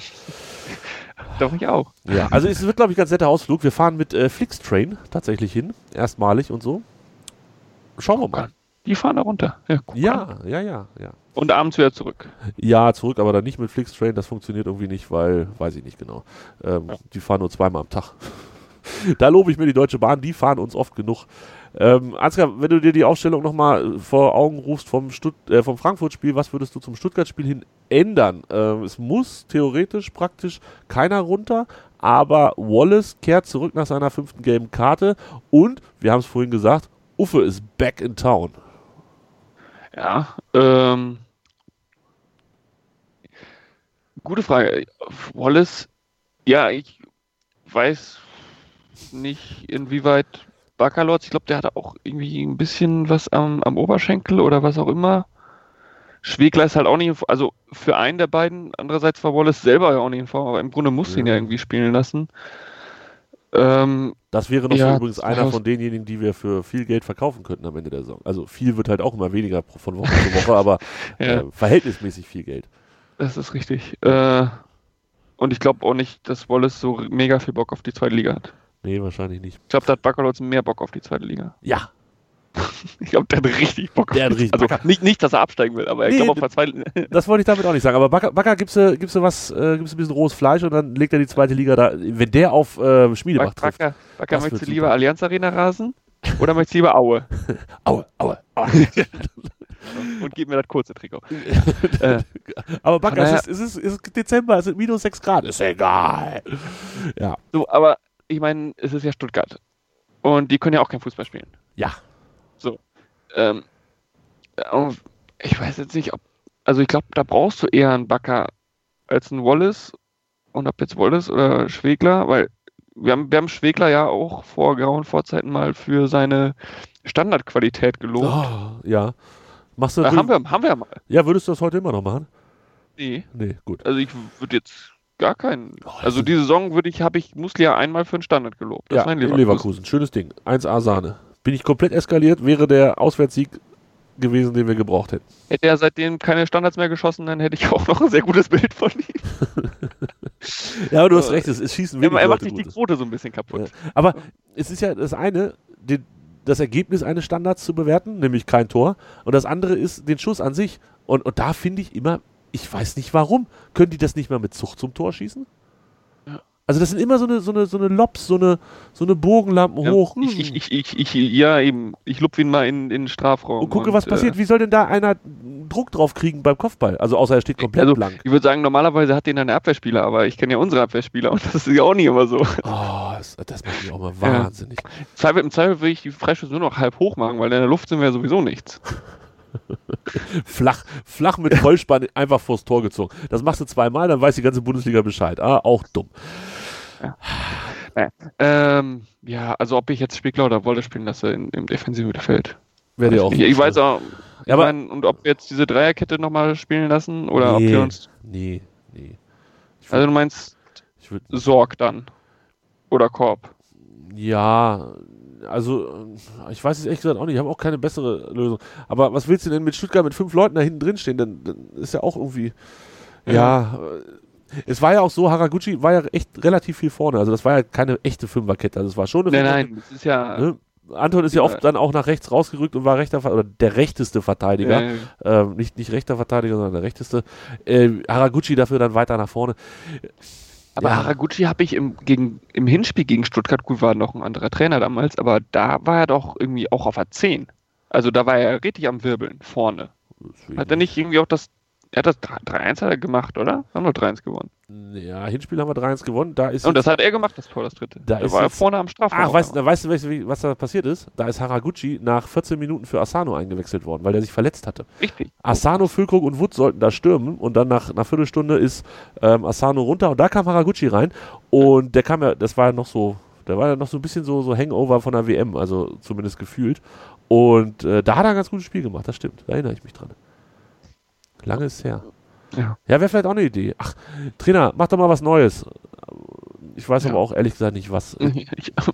Doch, ich auch. Ja, also es wird, glaube ich, ein ganz netter Ausflug. Wir fahren mit äh, Flixtrain tatsächlich hin, erstmalig und so. Schauen wir mal. Die fahren da runter. Ja, guck an. Ja, ja, ja, ja. Und abends wieder zurück. Ja, zurück, aber dann nicht mit Flixtrain, das funktioniert irgendwie nicht, weil, weiß ich nicht genau. Ähm, Ja. Die fahren nur zweimal am Tag. Da lobe ich mir die Deutsche Bahn, die fahren uns oft genug. Ähm, Ansgar, wenn du dir die Aufstellung nochmal vor Augen rufst vom, Stutt äh, vom Frankfurt-Spiel, was würdest du zum Stuttgart-Spiel hin ändern? Ähm, es muss theoretisch praktisch keiner runter, aber Wallace kehrt zurück nach seiner fünften gelben Karte, und, wir haben es vorhin gesagt, Uffe ist back in town. Ja, ähm. Gute Frage. Wallace, ja, ich weiß nicht, inwieweit Baccalords, ich glaube, der hatte auch irgendwie ein bisschen was am, am Oberschenkel oder was auch immer. Schwegler ist halt auch nicht, in, also für einen der beiden, andererseits war Wallace selber ja auch nicht in Form, aber im Grunde muss Ja. ihn ja irgendwie spielen lassen. Ähm, Das wäre noch Ja, so übrigens einer das- von denjenigen, die wir für viel Geld verkaufen könnten am Ende der Saison. Also viel wird halt auch immer weniger pro- von Woche zu Woche, aber Ja. äh, verhältnismäßig viel Geld. Das ist richtig. Äh, und ich glaube auch nicht, dass Wallace so mega viel Bock auf die zweite Liga hat. Nee, wahrscheinlich nicht. Ich glaube, da hat Baccalords mehr Bock auf die zweite Liga. Ja, Ich glaube, der hat richtig Bock Der hat auf die richtig Also Bock. nicht, nicht, dass er absteigen will, aber Nee, ich glaube, auf d- der zweiten. das wollte ich damit auch nicht sagen. Aber Bakker, Bakker gibst du gibst du was, äh, gibst du ein bisschen rohes Fleisch, und dann legt er die zweite Liga da. Wenn der auf äh, Schmiedebach trifft. Backer, Backer Das möchtest wird du lieber super. Allianz Arena rasen oder möchtest du lieber Aue? Aue, aue, aue. Und gib mir das kurze Trikot. äh, Aber Bakker, Naja. es, ist, es, ist, es ist Dezember, es sind minus sechs Grad. Ist egal. Ja, so, aber ich meine, es ist ja Stuttgart. Und die können ja auch kein Fußball spielen. ja. Ähm, und ich weiß jetzt nicht, ob. Also ich glaube, da brauchst du eher einen Backer als einen Wallace. Und ob jetzt Wallace oder Schwegler, weil wir haben, wir haben Schwegler ja auch vor grauen Vorzeiten mal für seine Standardqualität gelobt. Oh, ja. Machst du Äh, das, haben, wir, haben wir ja mal. ja, würdest du das heute immer noch machen? Nee. Nee, gut. Also ich würde jetzt gar keinen. Oh, das Also ist- diese Saison würde ich, habe ich Muslia einmal für einen Standard gelobt. Das Ja, war in in Leverkusen. Leverkusen. Schönes Ding. eins A Sahne. Bin ich komplett eskaliert, wäre der Auswärtssieg gewesen, den wir gebraucht hätten. Hätte er seitdem keine Standards mehr geschossen, dann hätte ich auch noch ein sehr gutes Bild von ihm. Ja, aber du hast Äh, recht, es, es schießen Er, wenig er macht Leute sich die Gutes. Quote so ein bisschen kaputt. Ja. Aber es ist ja das eine, den, das Ergebnis eines Standards zu bewerten, nämlich kein Tor. Und das andere ist den Schuss an sich. Und, und da finde ich immer, ich weiß nicht warum, können die das nicht mal mit Zucht zum Tor schießen? Also das sind immer so eine, so eine, so eine Lobs, so eine, so eine Bogenlampen ja, hoch. Ich, ich, ich, ich, ich, ja, eben. Ich lupfe ihn mal in, in den Strafraum. Und gucke, und, was passiert. Äh, Wie soll denn da einer Druck drauf kriegen beim Kopfball? Also außer er steht komplett also, blank. Ich würde sagen, normalerweise hat den eine Abwehrspieler, aber ich kenne ja unsere Abwehrspieler und das ist ja auch nicht immer so. Oh, das, das macht mich auch mal wahnsinnig. Ja. Zweifel, Im Zweifel würde ich die Freischüsse nur noch halb hoch machen, weil in der Luft sind wir ja sowieso nichts. flach, flach mit Vollspann einfach vors Tor gezogen. Das machst du zweimal, dann weiß die ganze Bundesliga Bescheid. Ah, auch dumm. Ja. Naja. Ähm, ja, also ob ich jetzt Spiegler oder Wolde spielen lasse in, im defensiven Mittelfeld. Wäre dir auch. Ich, ich weiß auch. Ja, aber mein, und ob wir jetzt diese Dreierkette nochmal spielen lassen oder nee, ob wir uns. Nee, nee. Würd, also du meinst ich würd, Sorg dann. Oder Korb. Ja, also ich weiß es ehrlich gesagt auch nicht. Ich habe auch keine bessere Lösung. Aber was willst du denn mit Stuttgart mit fünf Leuten da hinten drin stehen? Dann, dann ist ja auch irgendwie. Ja. ja Es war ja auch so, Haraguchi war ja echt relativ viel vorne. Also das war ja keine echte Fünferkette. Also es war schon eine Nein, Fünferkette. nein, das ist ja... Ne? Anton ist ja oft dann auch nach rechts rausgerückt und war rechter, oder der rechteste Verteidiger. Ja, ja. Ähm, nicht, nicht rechter Verteidiger, sondern der rechteste. Äh, Haraguchi dafür dann weiter nach vorne. Aber ja. Haraguchi habe ich im, gegen, im Hinspiel gegen Stuttgart, gut, war noch ein anderer Trainer damals, aber da war er doch irgendwie auch auf der zehn. Also da war er richtig am Wirbeln, vorne. Deswegen. Hat er nicht irgendwie auch das, er hat das drei eins hat er gemacht, oder? Haben wir drei eins gewonnen. Ja, Hinspiel haben wir drei eins gewonnen. Da ist und das hat er gemacht, das Tor, das dritte. Da, da war er vorne am Strafraum. Ach, weißt, weißt du, weißt, was da passiert ist? Da ist Haraguchi nach vierzehn Minuten für Asano eingewechselt worden, weil der sich verletzt hatte. Richtig. Asano, Füllkrug und Wood sollten da stürmen und dann nach einer Viertelstunde ist ähm, Asano runter und da kam Haraguchi rein und der kam ja, das war ja noch so, der war ja noch so ein bisschen so, so Hangover von der W M, also zumindest gefühlt. Und äh, da hat er ein ganz gutes Spiel gemacht, das stimmt, da erinnere ich mich dran. Lange ist her. Ja, ja wäre vielleicht auch eine Idee. Ach, Trainer, mach doch mal was Neues. Ich weiß ja. aber auch ehrlich gesagt nicht, was. Ich,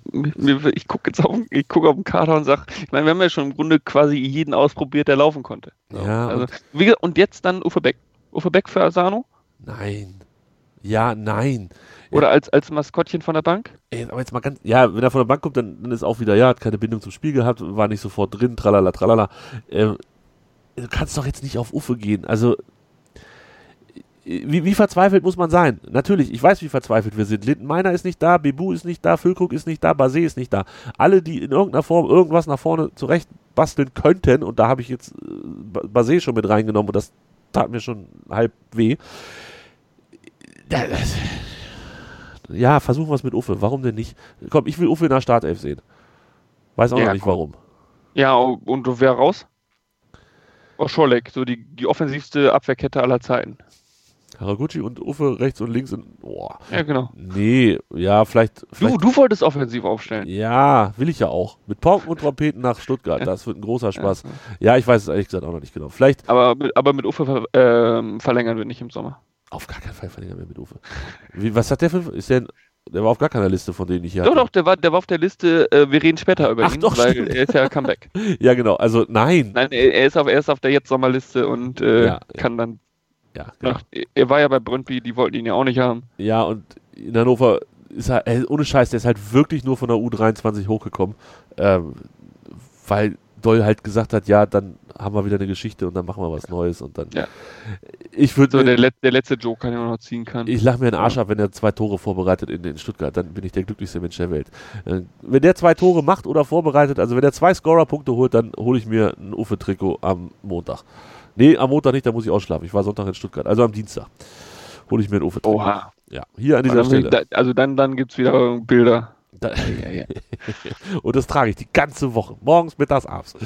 ich gucke jetzt auf, ich guck auf den Kader und sage, ich meine, wir haben ja schon im Grunde quasi jeden ausprobiert, der laufen konnte. Ja. Also, und, wie, und jetzt dann Uffe Beck. Uffe Beck für Asano? Nein. Ja, nein. Oder als, als Maskottchen von der Bank? Ey, aber jetzt mal ganz, ja, wenn er von der Bank kommt, dann, dann ist auch wieder, ja, hat keine Bindung zum Spiel gehabt, war nicht sofort drin, tralala, tralala. Ähm, du kannst doch jetzt nicht auf Uffe gehen. Also, Wie, wie verzweifelt muss man sein? Natürlich, ich weiß, wie verzweifelt wir sind. Lindenmeiner ist nicht da, Bebu ist nicht da, Füllkrug ist nicht da, Basé ist nicht da. Alle, die in irgendeiner Form irgendwas nach vorne zurecht basteln könnten, und da habe ich jetzt äh, Basé schon mit reingenommen und das tat mir schon halb weh. Das, das, ja, versuchen wir es mit Uffe. Warum denn nicht? Komm, ich will Uffe in der Startelf sehen. Weiß auch ja, noch nicht, warum. Ja, und wer raus? Oh, Scholek, so die, die offensivste Abwehrkette aller Zeiten. Haraguchi und Uffe rechts und links. Und, boah. Ja, genau. Nee, ja, vielleicht, vielleicht. Du, du wolltest offensiv aufstellen. Ja, will ich ja auch. Mit Pauken und Trompeten nach Stuttgart. Das wird ein großer Spaß. Ja, ja, ich weiß es ehrlich gesagt auch noch nicht genau. Vielleicht. Aber mit, aber mit Uffe äh, verlängern wir nicht im Sommer. Auf gar keinen Fall verlängern wir mit Uffe. Wie, was hat der für. Ist der, der war auf gar keiner Liste, von denen ich hier Doch, hatte. doch, der war, der war auf der Liste. Äh, wir reden später über Ach, ihn, doch, weil stimmt. er ist ja Comeback. Ja, genau. Also, nein. Nein, er, er, ist, auf, er ist auf der Jetzt-Sommerliste und äh, ja, kann dann. Ja, genau. Nach, er war ja bei Brøndby, die wollten ihn ja auch nicht haben. Ja, und in Hannover ist er, ey, ohne Scheiß, der ist halt wirklich nur von der U dreiundzwanzig hochgekommen, ähm, weil Doll halt gesagt hat, ja, dann haben wir wieder eine Geschichte und dann machen wir was Neues und dann. Ja. Ich würde. So, der, Let- der letzte Joker, den man noch ziehen kann. Ich lache mir den Arsch ab, wenn er zwei Tore vorbereitet in, in Stuttgart, dann bin ich der glücklichste Mensch der Welt. Äh, wenn der zwei Tore macht oder vorbereitet, also wenn der zwei Scorer-Punkte holt, dann hole ich mir ein Uffe-Trikot am Montag. Nee, am Montag nicht, da muss ich ausschlafen. Ich war Sonntag in Stuttgart, also am Dienstag hole ich mir ein Uffe-Trikot. Oha. Ja, hier an dieser also, Stelle. Da, also dann, dann gibt es wieder Bilder. Da, ja, ja. Und das trage ich die ganze Woche. Morgens, mittags, abends.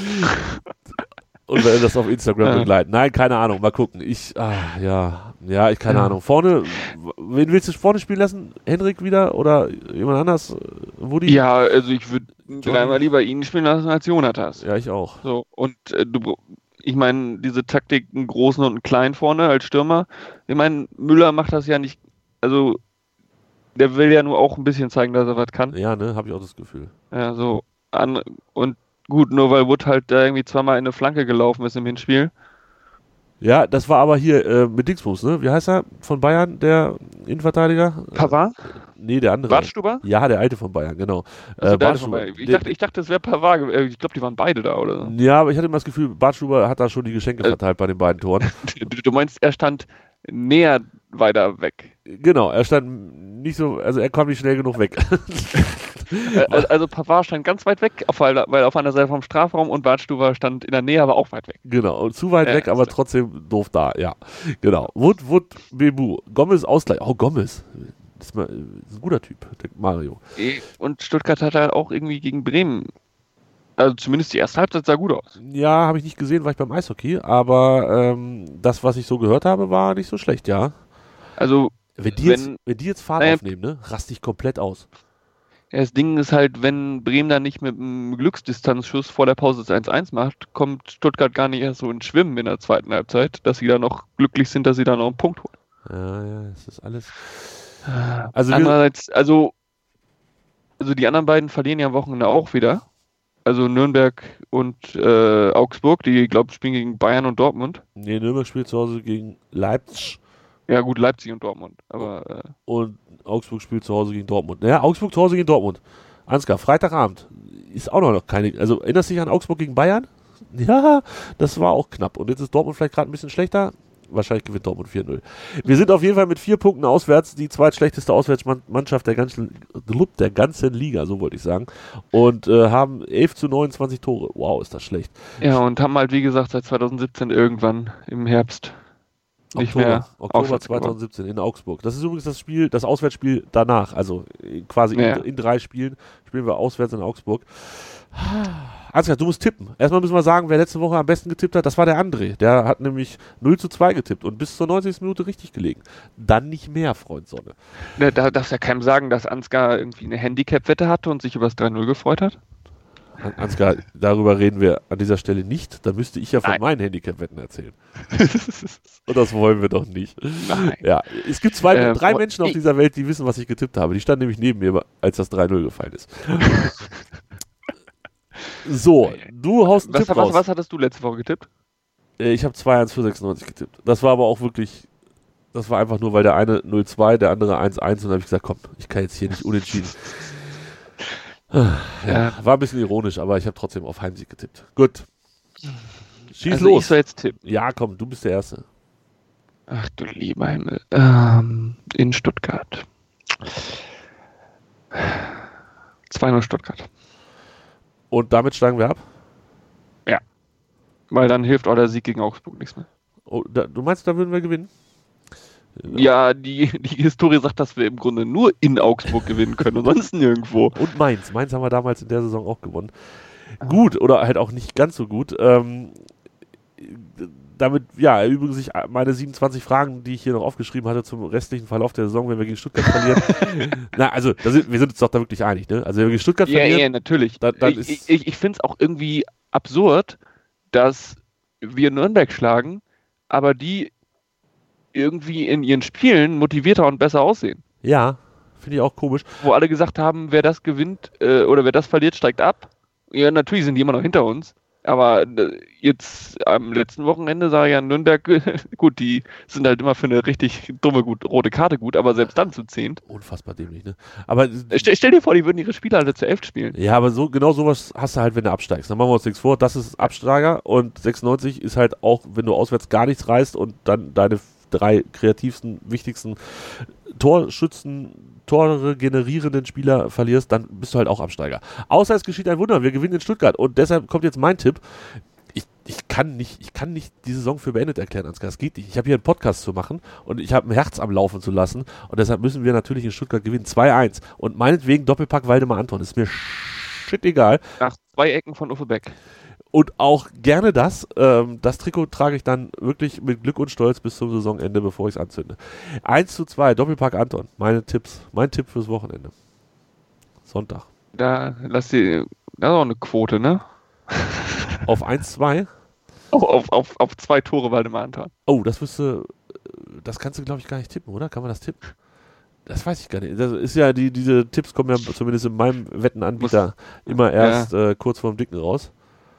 Und werde das auf Instagram ja. begleiten. Nein, keine Ahnung. Mal gucken. Ich, ah, ja, ja, ich keine ja. Ahnung. Vorne, wen willst du vorne spielen lassen? Henrik wieder oder jemand anders? Woody? Ja, also ich würde dreimal lieber ihn spielen lassen als Jonathas. Ja, ich auch. So, und äh, du, ich meine, diese Taktik, einen großen und einen kleinen vorne als Stürmer. Ich meine, Müller macht das ja nicht, also der will ja nur auch ein bisschen zeigen, dass er was kann. Ja, ne, habe ich auch das Gefühl. Ja, so, an, und gut, nur weil Wood halt da irgendwie zweimal in eine Flanke gelaufen ist im Hinspiel. Ja, das war aber hier äh, mit Dingsbums, ne? Wie heißt er von Bayern, der Innenverteidiger? Pavard? Nee, der andere. Bartstuber? Ja, der alte von Bayern, genau. Also äh, der alte von Bayern. Ich, dachte, ich dachte, das wäre Pavard. Ich glaube, die waren beide da, oder so. Ja, aber ich hatte immer das Gefühl, Bartstuber hat da schon die Geschenke äh, verteilt bei den beiden Toren. Du, du meinst, er stand näher weiter weg. Genau, er stand nicht so, also er kam nicht schnell genug weg. Also Pavard stand ganz weit weg, auf, weil auf einer Seite vom Strafraum und Badstuber stand in der Nähe, aber auch weit weg. Genau, und zu weit ja, weg, aber trotzdem doof da, ja. Genau. Wood, Wood, Bebu. Gomez Ausgleich. Oh, Gomez. Das ist, mal, das ist ein guter Typ, der Mario. Und Stuttgart hat halt auch irgendwie gegen Bremen, also zumindest die erste Halbzeit sah gut aus. Ja, habe ich nicht gesehen, war ich beim Eishockey, aber ähm, das, was ich so gehört habe, war nicht so schlecht, ja. Also, wenn die, wenn, jetzt, wenn die jetzt Fahrt äh, aufnehmen, ne, raste ich komplett aus. Ja, das Ding ist halt, wenn Bremen dann nicht mit einem Glücksdistanzschuss vor der Pause das eins eins macht, kommt Stuttgart gar nicht erst so ins Schwimmen in der zweiten Halbzeit, dass sie da noch glücklich sind, dass sie da noch einen Punkt holen. Ja, ja, das ist alles... Also Andererseits, also, also die anderen beiden verlieren ja am Wochenende auch wieder. Also Nürnberg und äh, Augsburg, die, glaube ich, spielen gegen Bayern und Dortmund. Nee, Nürnberg spielt zu Hause gegen Leipzig. Ja gut, Leipzig und Dortmund. Aber, äh und Augsburg spielt zu Hause gegen Dortmund. Naja, Augsburg zu Hause gegen Dortmund. Ansgar, Freitagabend. Ist auch noch keine... Also erinnerst du dich an Augsburg gegen Bayern? Ja, das war auch knapp. Und jetzt ist Dortmund vielleicht gerade ein bisschen schlechter. Wahrscheinlich gewinnt Dortmund vier null. Wir sind auf jeden Fall mit vier Punkten auswärts die zweitschlechteste Auswärtsmannschaft der ganzen, der ganzen Liga, so wollte ich sagen. Und äh, haben elf zu neunundzwanzig Tore. Wow, ist das schlecht. Ja, und haben halt, wie gesagt, seit zweitausendsiebzehn irgendwann im Herbst nicht Oktober, mehr Oktober zweitausendsiebzehn in Augsburg. Das ist übrigens das Spiel, das Auswärtsspiel danach. Also quasi ja. in, in drei Spielen spielen wir auswärts in Augsburg. Ansgar, du musst tippen. Erstmal müssen wir sagen, wer letzte Woche am besten getippt hat, das war der André. Der hat nämlich null zu zwei getippt und bis zur neunzigsten Minute richtig gelegen. Dann nicht mehr, Freund Sonne. Da darfst ja keinem sagen, dass Ansgar irgendwie eine Handicap-Wette hatte und sich über das drei null gefreut hat. Ansgar, darüber reden wir an dieser Stelle nicht. Da müsste ich ja von Nein. meinen Handicap-Wetten erzählen. Und das wollen wir doch nicht. Nein. Ja, es gibt zwei, ähm, drei Menschen auf dieser Welt, die wissen, was ich getippt habe. Die standen nämlich neben mir, als das drei null gefallen ist. So, du haust einen was, Tipp was, raus. was hattest du letzte Woche getippt? Ich habe zwei eins für sechsundneunzig getippt. Das war aber auch wirklich, das war einfach nur, weil der eine null zwei, der andere eins eins und dann habe ich gesagt, komm, ich kann jetzt hier nicht unentschieden. Ja, war ein bisschen ironisch, aber ich habe trotzdem auf Heimsieg getippt. Gut. Schieß also los. Ich soll jetzt tippen. Ja, komm, du bist der Erste. Ach du lieber Himmel. Ähm, in Stuttgart. zwei null Stuttgart. Und damit steigen wir ab? Ja. Weil dann hilft auch der Sieg gegen Augsburg nichts mehr. Oh, da, du meinst, da würden wir gewinnen? Ja, die, die Historie sagt, dass wir im Grunde nur in Augsburg gewinnen können und sonst nirgendwo. Und Mainz. Mainz haben wir damals in der Saison auch gewonnen. Gut, oder halt auch nicht ganz so gut. Ähm, damit, ja, erübrigen sich meine siebenundzwanzig Fragen, die ich hier noch aufgeschrieben hatte zum restlichen Verlauf der Saison, wenn wir gegen Stuttgart verlieren. Na, also, da sind, wir sind uns doch da wirklich einig, ne? Also, wenn wir gegen Stuttgart ja, verlieren... Ja, natürlich. Dann, dann ich ist ich, ich finde es auch irgendwie absurd, dass wir Nürnberg schlagen, aber die irgendwie in ihren Spielen motivierter und besser aussehen. Ja, finde ich auch komisch. Wo alle gesagt haben, wer das gewinnt äh, oder wer das verliert, steigt ab. Ja, natürlich sind die immer noch hinter uns. Aber äh, jetzt am letzten Wochenende sah ja Nürnberg, gut, die sind halt immer für eine richtig dumme gut, rote Karte gut, aber selbst dann zu zehnt. Unfassbar dämlich, ne? Aber stell, stell dir vor, die würden ihre Spiele alle zu elf spielen. Ja, aber so genau sowas hast du halt, wenn du absteigst. Dann machen wir uns nichts vor. Das ist Absteiger und sechsundneunzig ist halt auch, wenn du auswärts gar nichts reißt und dann deine drei kreativsten, wichtigsten Torschützen, Tore generierenden Spieler verlierst, dann bist du halt auch Absteiger. Außer es geschieht ein Wunder, wir gewinnen in Stuttgart und deshalb kommt jetzt mein Tipp. Ich, ich kann nicht, ich kann nicht die Saison für beendet erklären, Ansgar. Das geht nicht. Ich habe hier einen Podcast zu machen und ich habe ein Herz am Laufen zu lassen und deshalb müssen wir natürlich in Stuttgart gewinnen. zwei eins und meinetwegen Doppelpack Waldemar Anton. Ist mir shit egal. Nach zwei Ecken von Uffe Beck. Und auch gerne das. Ähm, das Trikot trage ich dann wirklich mit Glück und Stolz bis zum Saisonende, bevor ich es anzünde. eins zu zwei, Doppelpack Anton. Meine Tipps. Mein Tipp fürs Wochenende. Sonntag. Da lass die, das ist auch eine Quote, ne? Auf eins zwei? Auf, auf, auf, auf zwei Tore Waldemar Anton. Oh, das müsste, das kannst du, glaube ich, gar nicht tippen, oder? Kann man das tippen? Das weiß ich gar nicht. Das ist ja, die, diese Tipps kommen ja zumindest in meinem Wettenanbieter immer erst ja. äh, kurz vorm Dicken raus.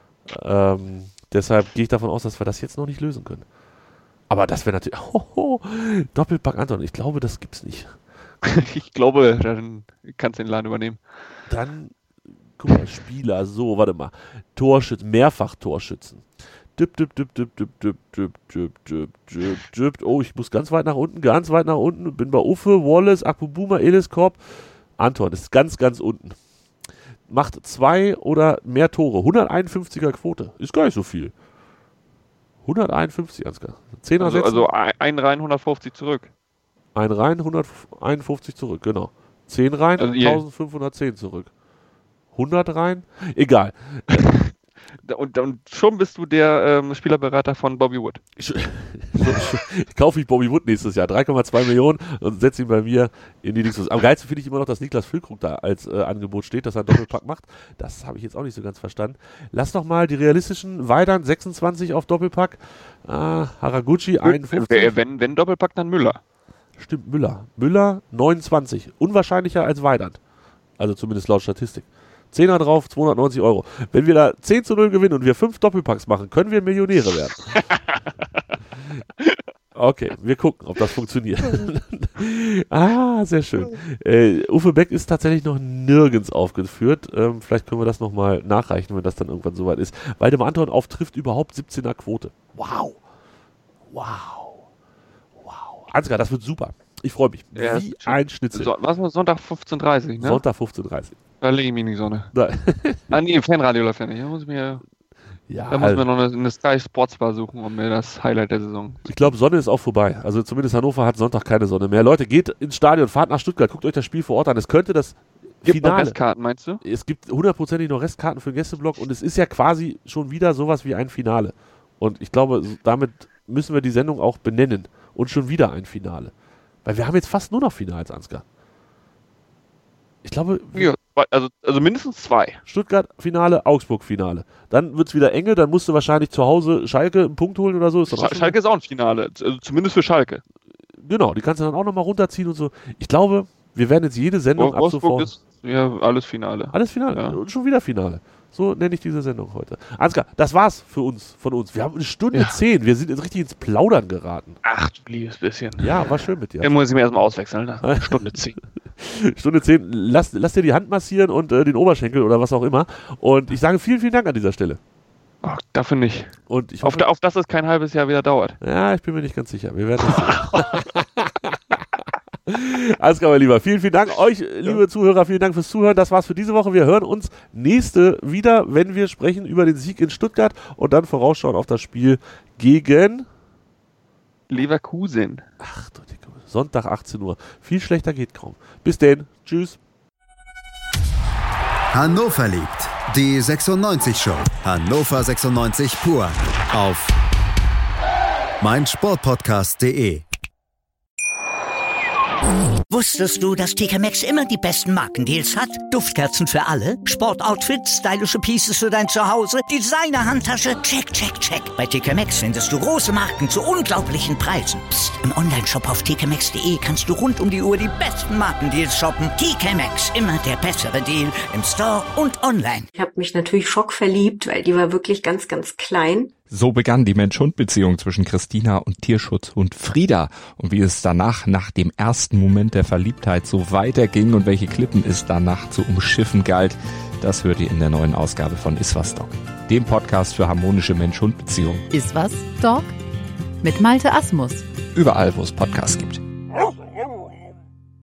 Ähm, deshalb gehe ich davon aus, dass wir das jetzt noch nicht lösen können. Aber das wäre natürlich... Oh, oh, Doppelpack Anton, ich glaube, das gibt's nicht. Ich glaube, dann kannst du den Laden übernehmen. Dann, guck mal, Spieler, so, warte mal. Torschützen, Mehrfach-Torschützen. Dip, dip, dip, dip, dip, dip, dip, dip, dip, dip, dip. Oh, ich muss ganz weit nach unten, ganz weit nach unten. Bin bei Uffe, Wallace, Akpobuma, Eliskorp. Anton ist ganz, ganz unten. Macht zwei oder mehr Tore. hunderteinundfünfziger Quote. Ist gar nicht so viel. hunderteinundfünfzig, Ansgar. Zehner also, also ein rein hundertfünfzig zurück. Ein rein hunderteinundfünfzig zurück, genau. zehn rein, also eintausendfünfhundertzehn zurück. hundert rein? Egal. Und, und schon bist du der ähm, Spielerberater von Bobby Wood. Ich, ich, ich kaufe ich Bobby Wood nächstes Jahr. drei Komma zwei Millionen und setze ihn bei mir in die Dings. Am geilsten finde ich immer noch, dass Niklas Füllkrug da als äh, Angebot steht, dass er einen Doppelpack macht. Das habe ich jetzt auch nicht so ganz verstanden. Lass doch mal die realistischen Weidern sechsundzwanzig auf Doppelpack. Ah, Haraguchi einundfünfzig. Wenn, wenn Doppelpack, dann Müller. Stimmt, Müller. Müller neunundzwanzig. Unwahrscheinlicher als Weidand. Also zumindest laut Statistik. Zehner drauf, zweihundertneunzig Euro. Wenn wir da zehn zu null gewinnen und wir fünf Doppelpacks machen, können wir Millionäre werden. Okay, wir gucken, ob das funktioniert. Ah, sehr schön. Äh, Uwe Beck ist tatsächlich noch nirgends aufgeführt. Ähm, vielleicht können wir das nochmal nachreichen, wenn das dann irgendwann soweit ist. Waldemar Anton auftrifft überhaupt siebzehner Quote. Wow. Wow. Wow. Ansgar, das wird super. Ich freue mich. Ja, wie ein Schnitzel. So, was war Sonntag fünfzehn Uhr dreißig, ne? Sonntag fünfzehn Uhr dreißig. Da lege ich mich in die Sonne. Nein. Ah, nee, im Fanradio läuft ja nicht. Da muss ich mir, ja, da muss mir noch eine, eine Sky Sports Bar suchen, um mir das Highlight der Saison zu Ich glaube, Sonne ist auch vorbei. Also zumindest Hannover hat Sonntag keine Sonne mehr. Leute, geht ins Stadion, fahrt nach Stuttgart, guckt euch das Spiel vor Ort an. Es könnte das Gibt Finale. Noch Restkarten, meinst du? Es gibt hundertprozentig noch Restkarten für den Gästeblock und es ist ja quasi schon wieder sowas wie ein Finale. Und ich glaube, damit müssen wir die Sendung auch benennen. Und schon wieder ein Finale. Weil wir haben jetzt fast nur noch Finals, Ansgar. Ich glaube... Ja, also, also mindestens zwei. Stuttgart-Finale, Augsburg-Finale. Dann wird es wieder enge, dann musst du wahrscheinlich zu Hause Schalke einen Punkt holen oder so. Ist Sch- Schalke ist auch ein Finale, also zumindest für Schalke. Genau, die kannst du dann auch nochmal runterziehen und so. Ich glaube, wir werden jetzt jede Sendung ab sofort... ist ja alles Finale. Alles Finale, Ja. Und schon wieder Finale. So nenne ich diese Sendung heute. Ansgar, das war's für uns, von uns. Wir haben eine Stunde Ja. zehn, wir sind jetzt richtig ins Plaudern geraten. Ach, du liebes bisschen. Ja, war schön mit dir. Dann muss ich mir erstmal auswechseln, ne? Stunde zehn. Stunde zehn, lass, lass dir die Hand massieren und äh, den Oberschenkel oder was auch immer. Und ich sage vielen, vielen Dank an dieser Stelle. Ach, dafür nicht. Und ich Auf, hoffe, da, auf das es kein halbes Jahr wieder dauert. ja, ich bin mir nicht ganz sicher. Wir werden es sehen. Alles klar, mein Lieber. Vielen, vielen Dank. Euch, liebe Zuhörer, vielen Dank fürs Zuhören. Das war's für diese Woche. Wir hören uns nächste wieder, wenn wir sprechen über den Sieg in Stuttgart und dann vorausschauen auf das Spiel gegen Leverkusen. Ach du Dicke. Sonntag achtzehn Uhr. Viel schlechter geht kaum. Bis denn. Tschüss. Hannover liebt die sechsundneunzig Show. Hannover sechsundneunzig pur auf meinsportpodcast punkt de. Wusstest du, dass T K Maxx immer die besten Markendeals hat? Duftkerzen für alle, Sportoutfits, stylische Pieces für dein Zuhause, Designer-Handtasche, check, check, check. Bei T K Maxx findest du große Marken zu unglaublichen Preisen. Psst. Im Onlineshop auf t k maxx punkt de kannst du rund um die Uhr die besten Markendeals shoppen. T K Maxx, immer der bessere Deal im Store und online. Ich habe mich natürlich schockverliebt, weil die war wirklich ganz, ganz klein. So begann die Mensch-Hund-Beziehung zwischen Christina und Tierschutzhund Frieda. Und wie es danach, nach dem ersten Moment der Verliebtheit, so weiterging und welche Klippen es danach zu umschiffen galt, das hört ihr in der neuen Ausgabe von Iswas Dog, dem Podcast für harmonische Mensch-Hund-Beziehungen. Iswas Dog mit Malte Asmus. Überall, wo es Podcasts gibt.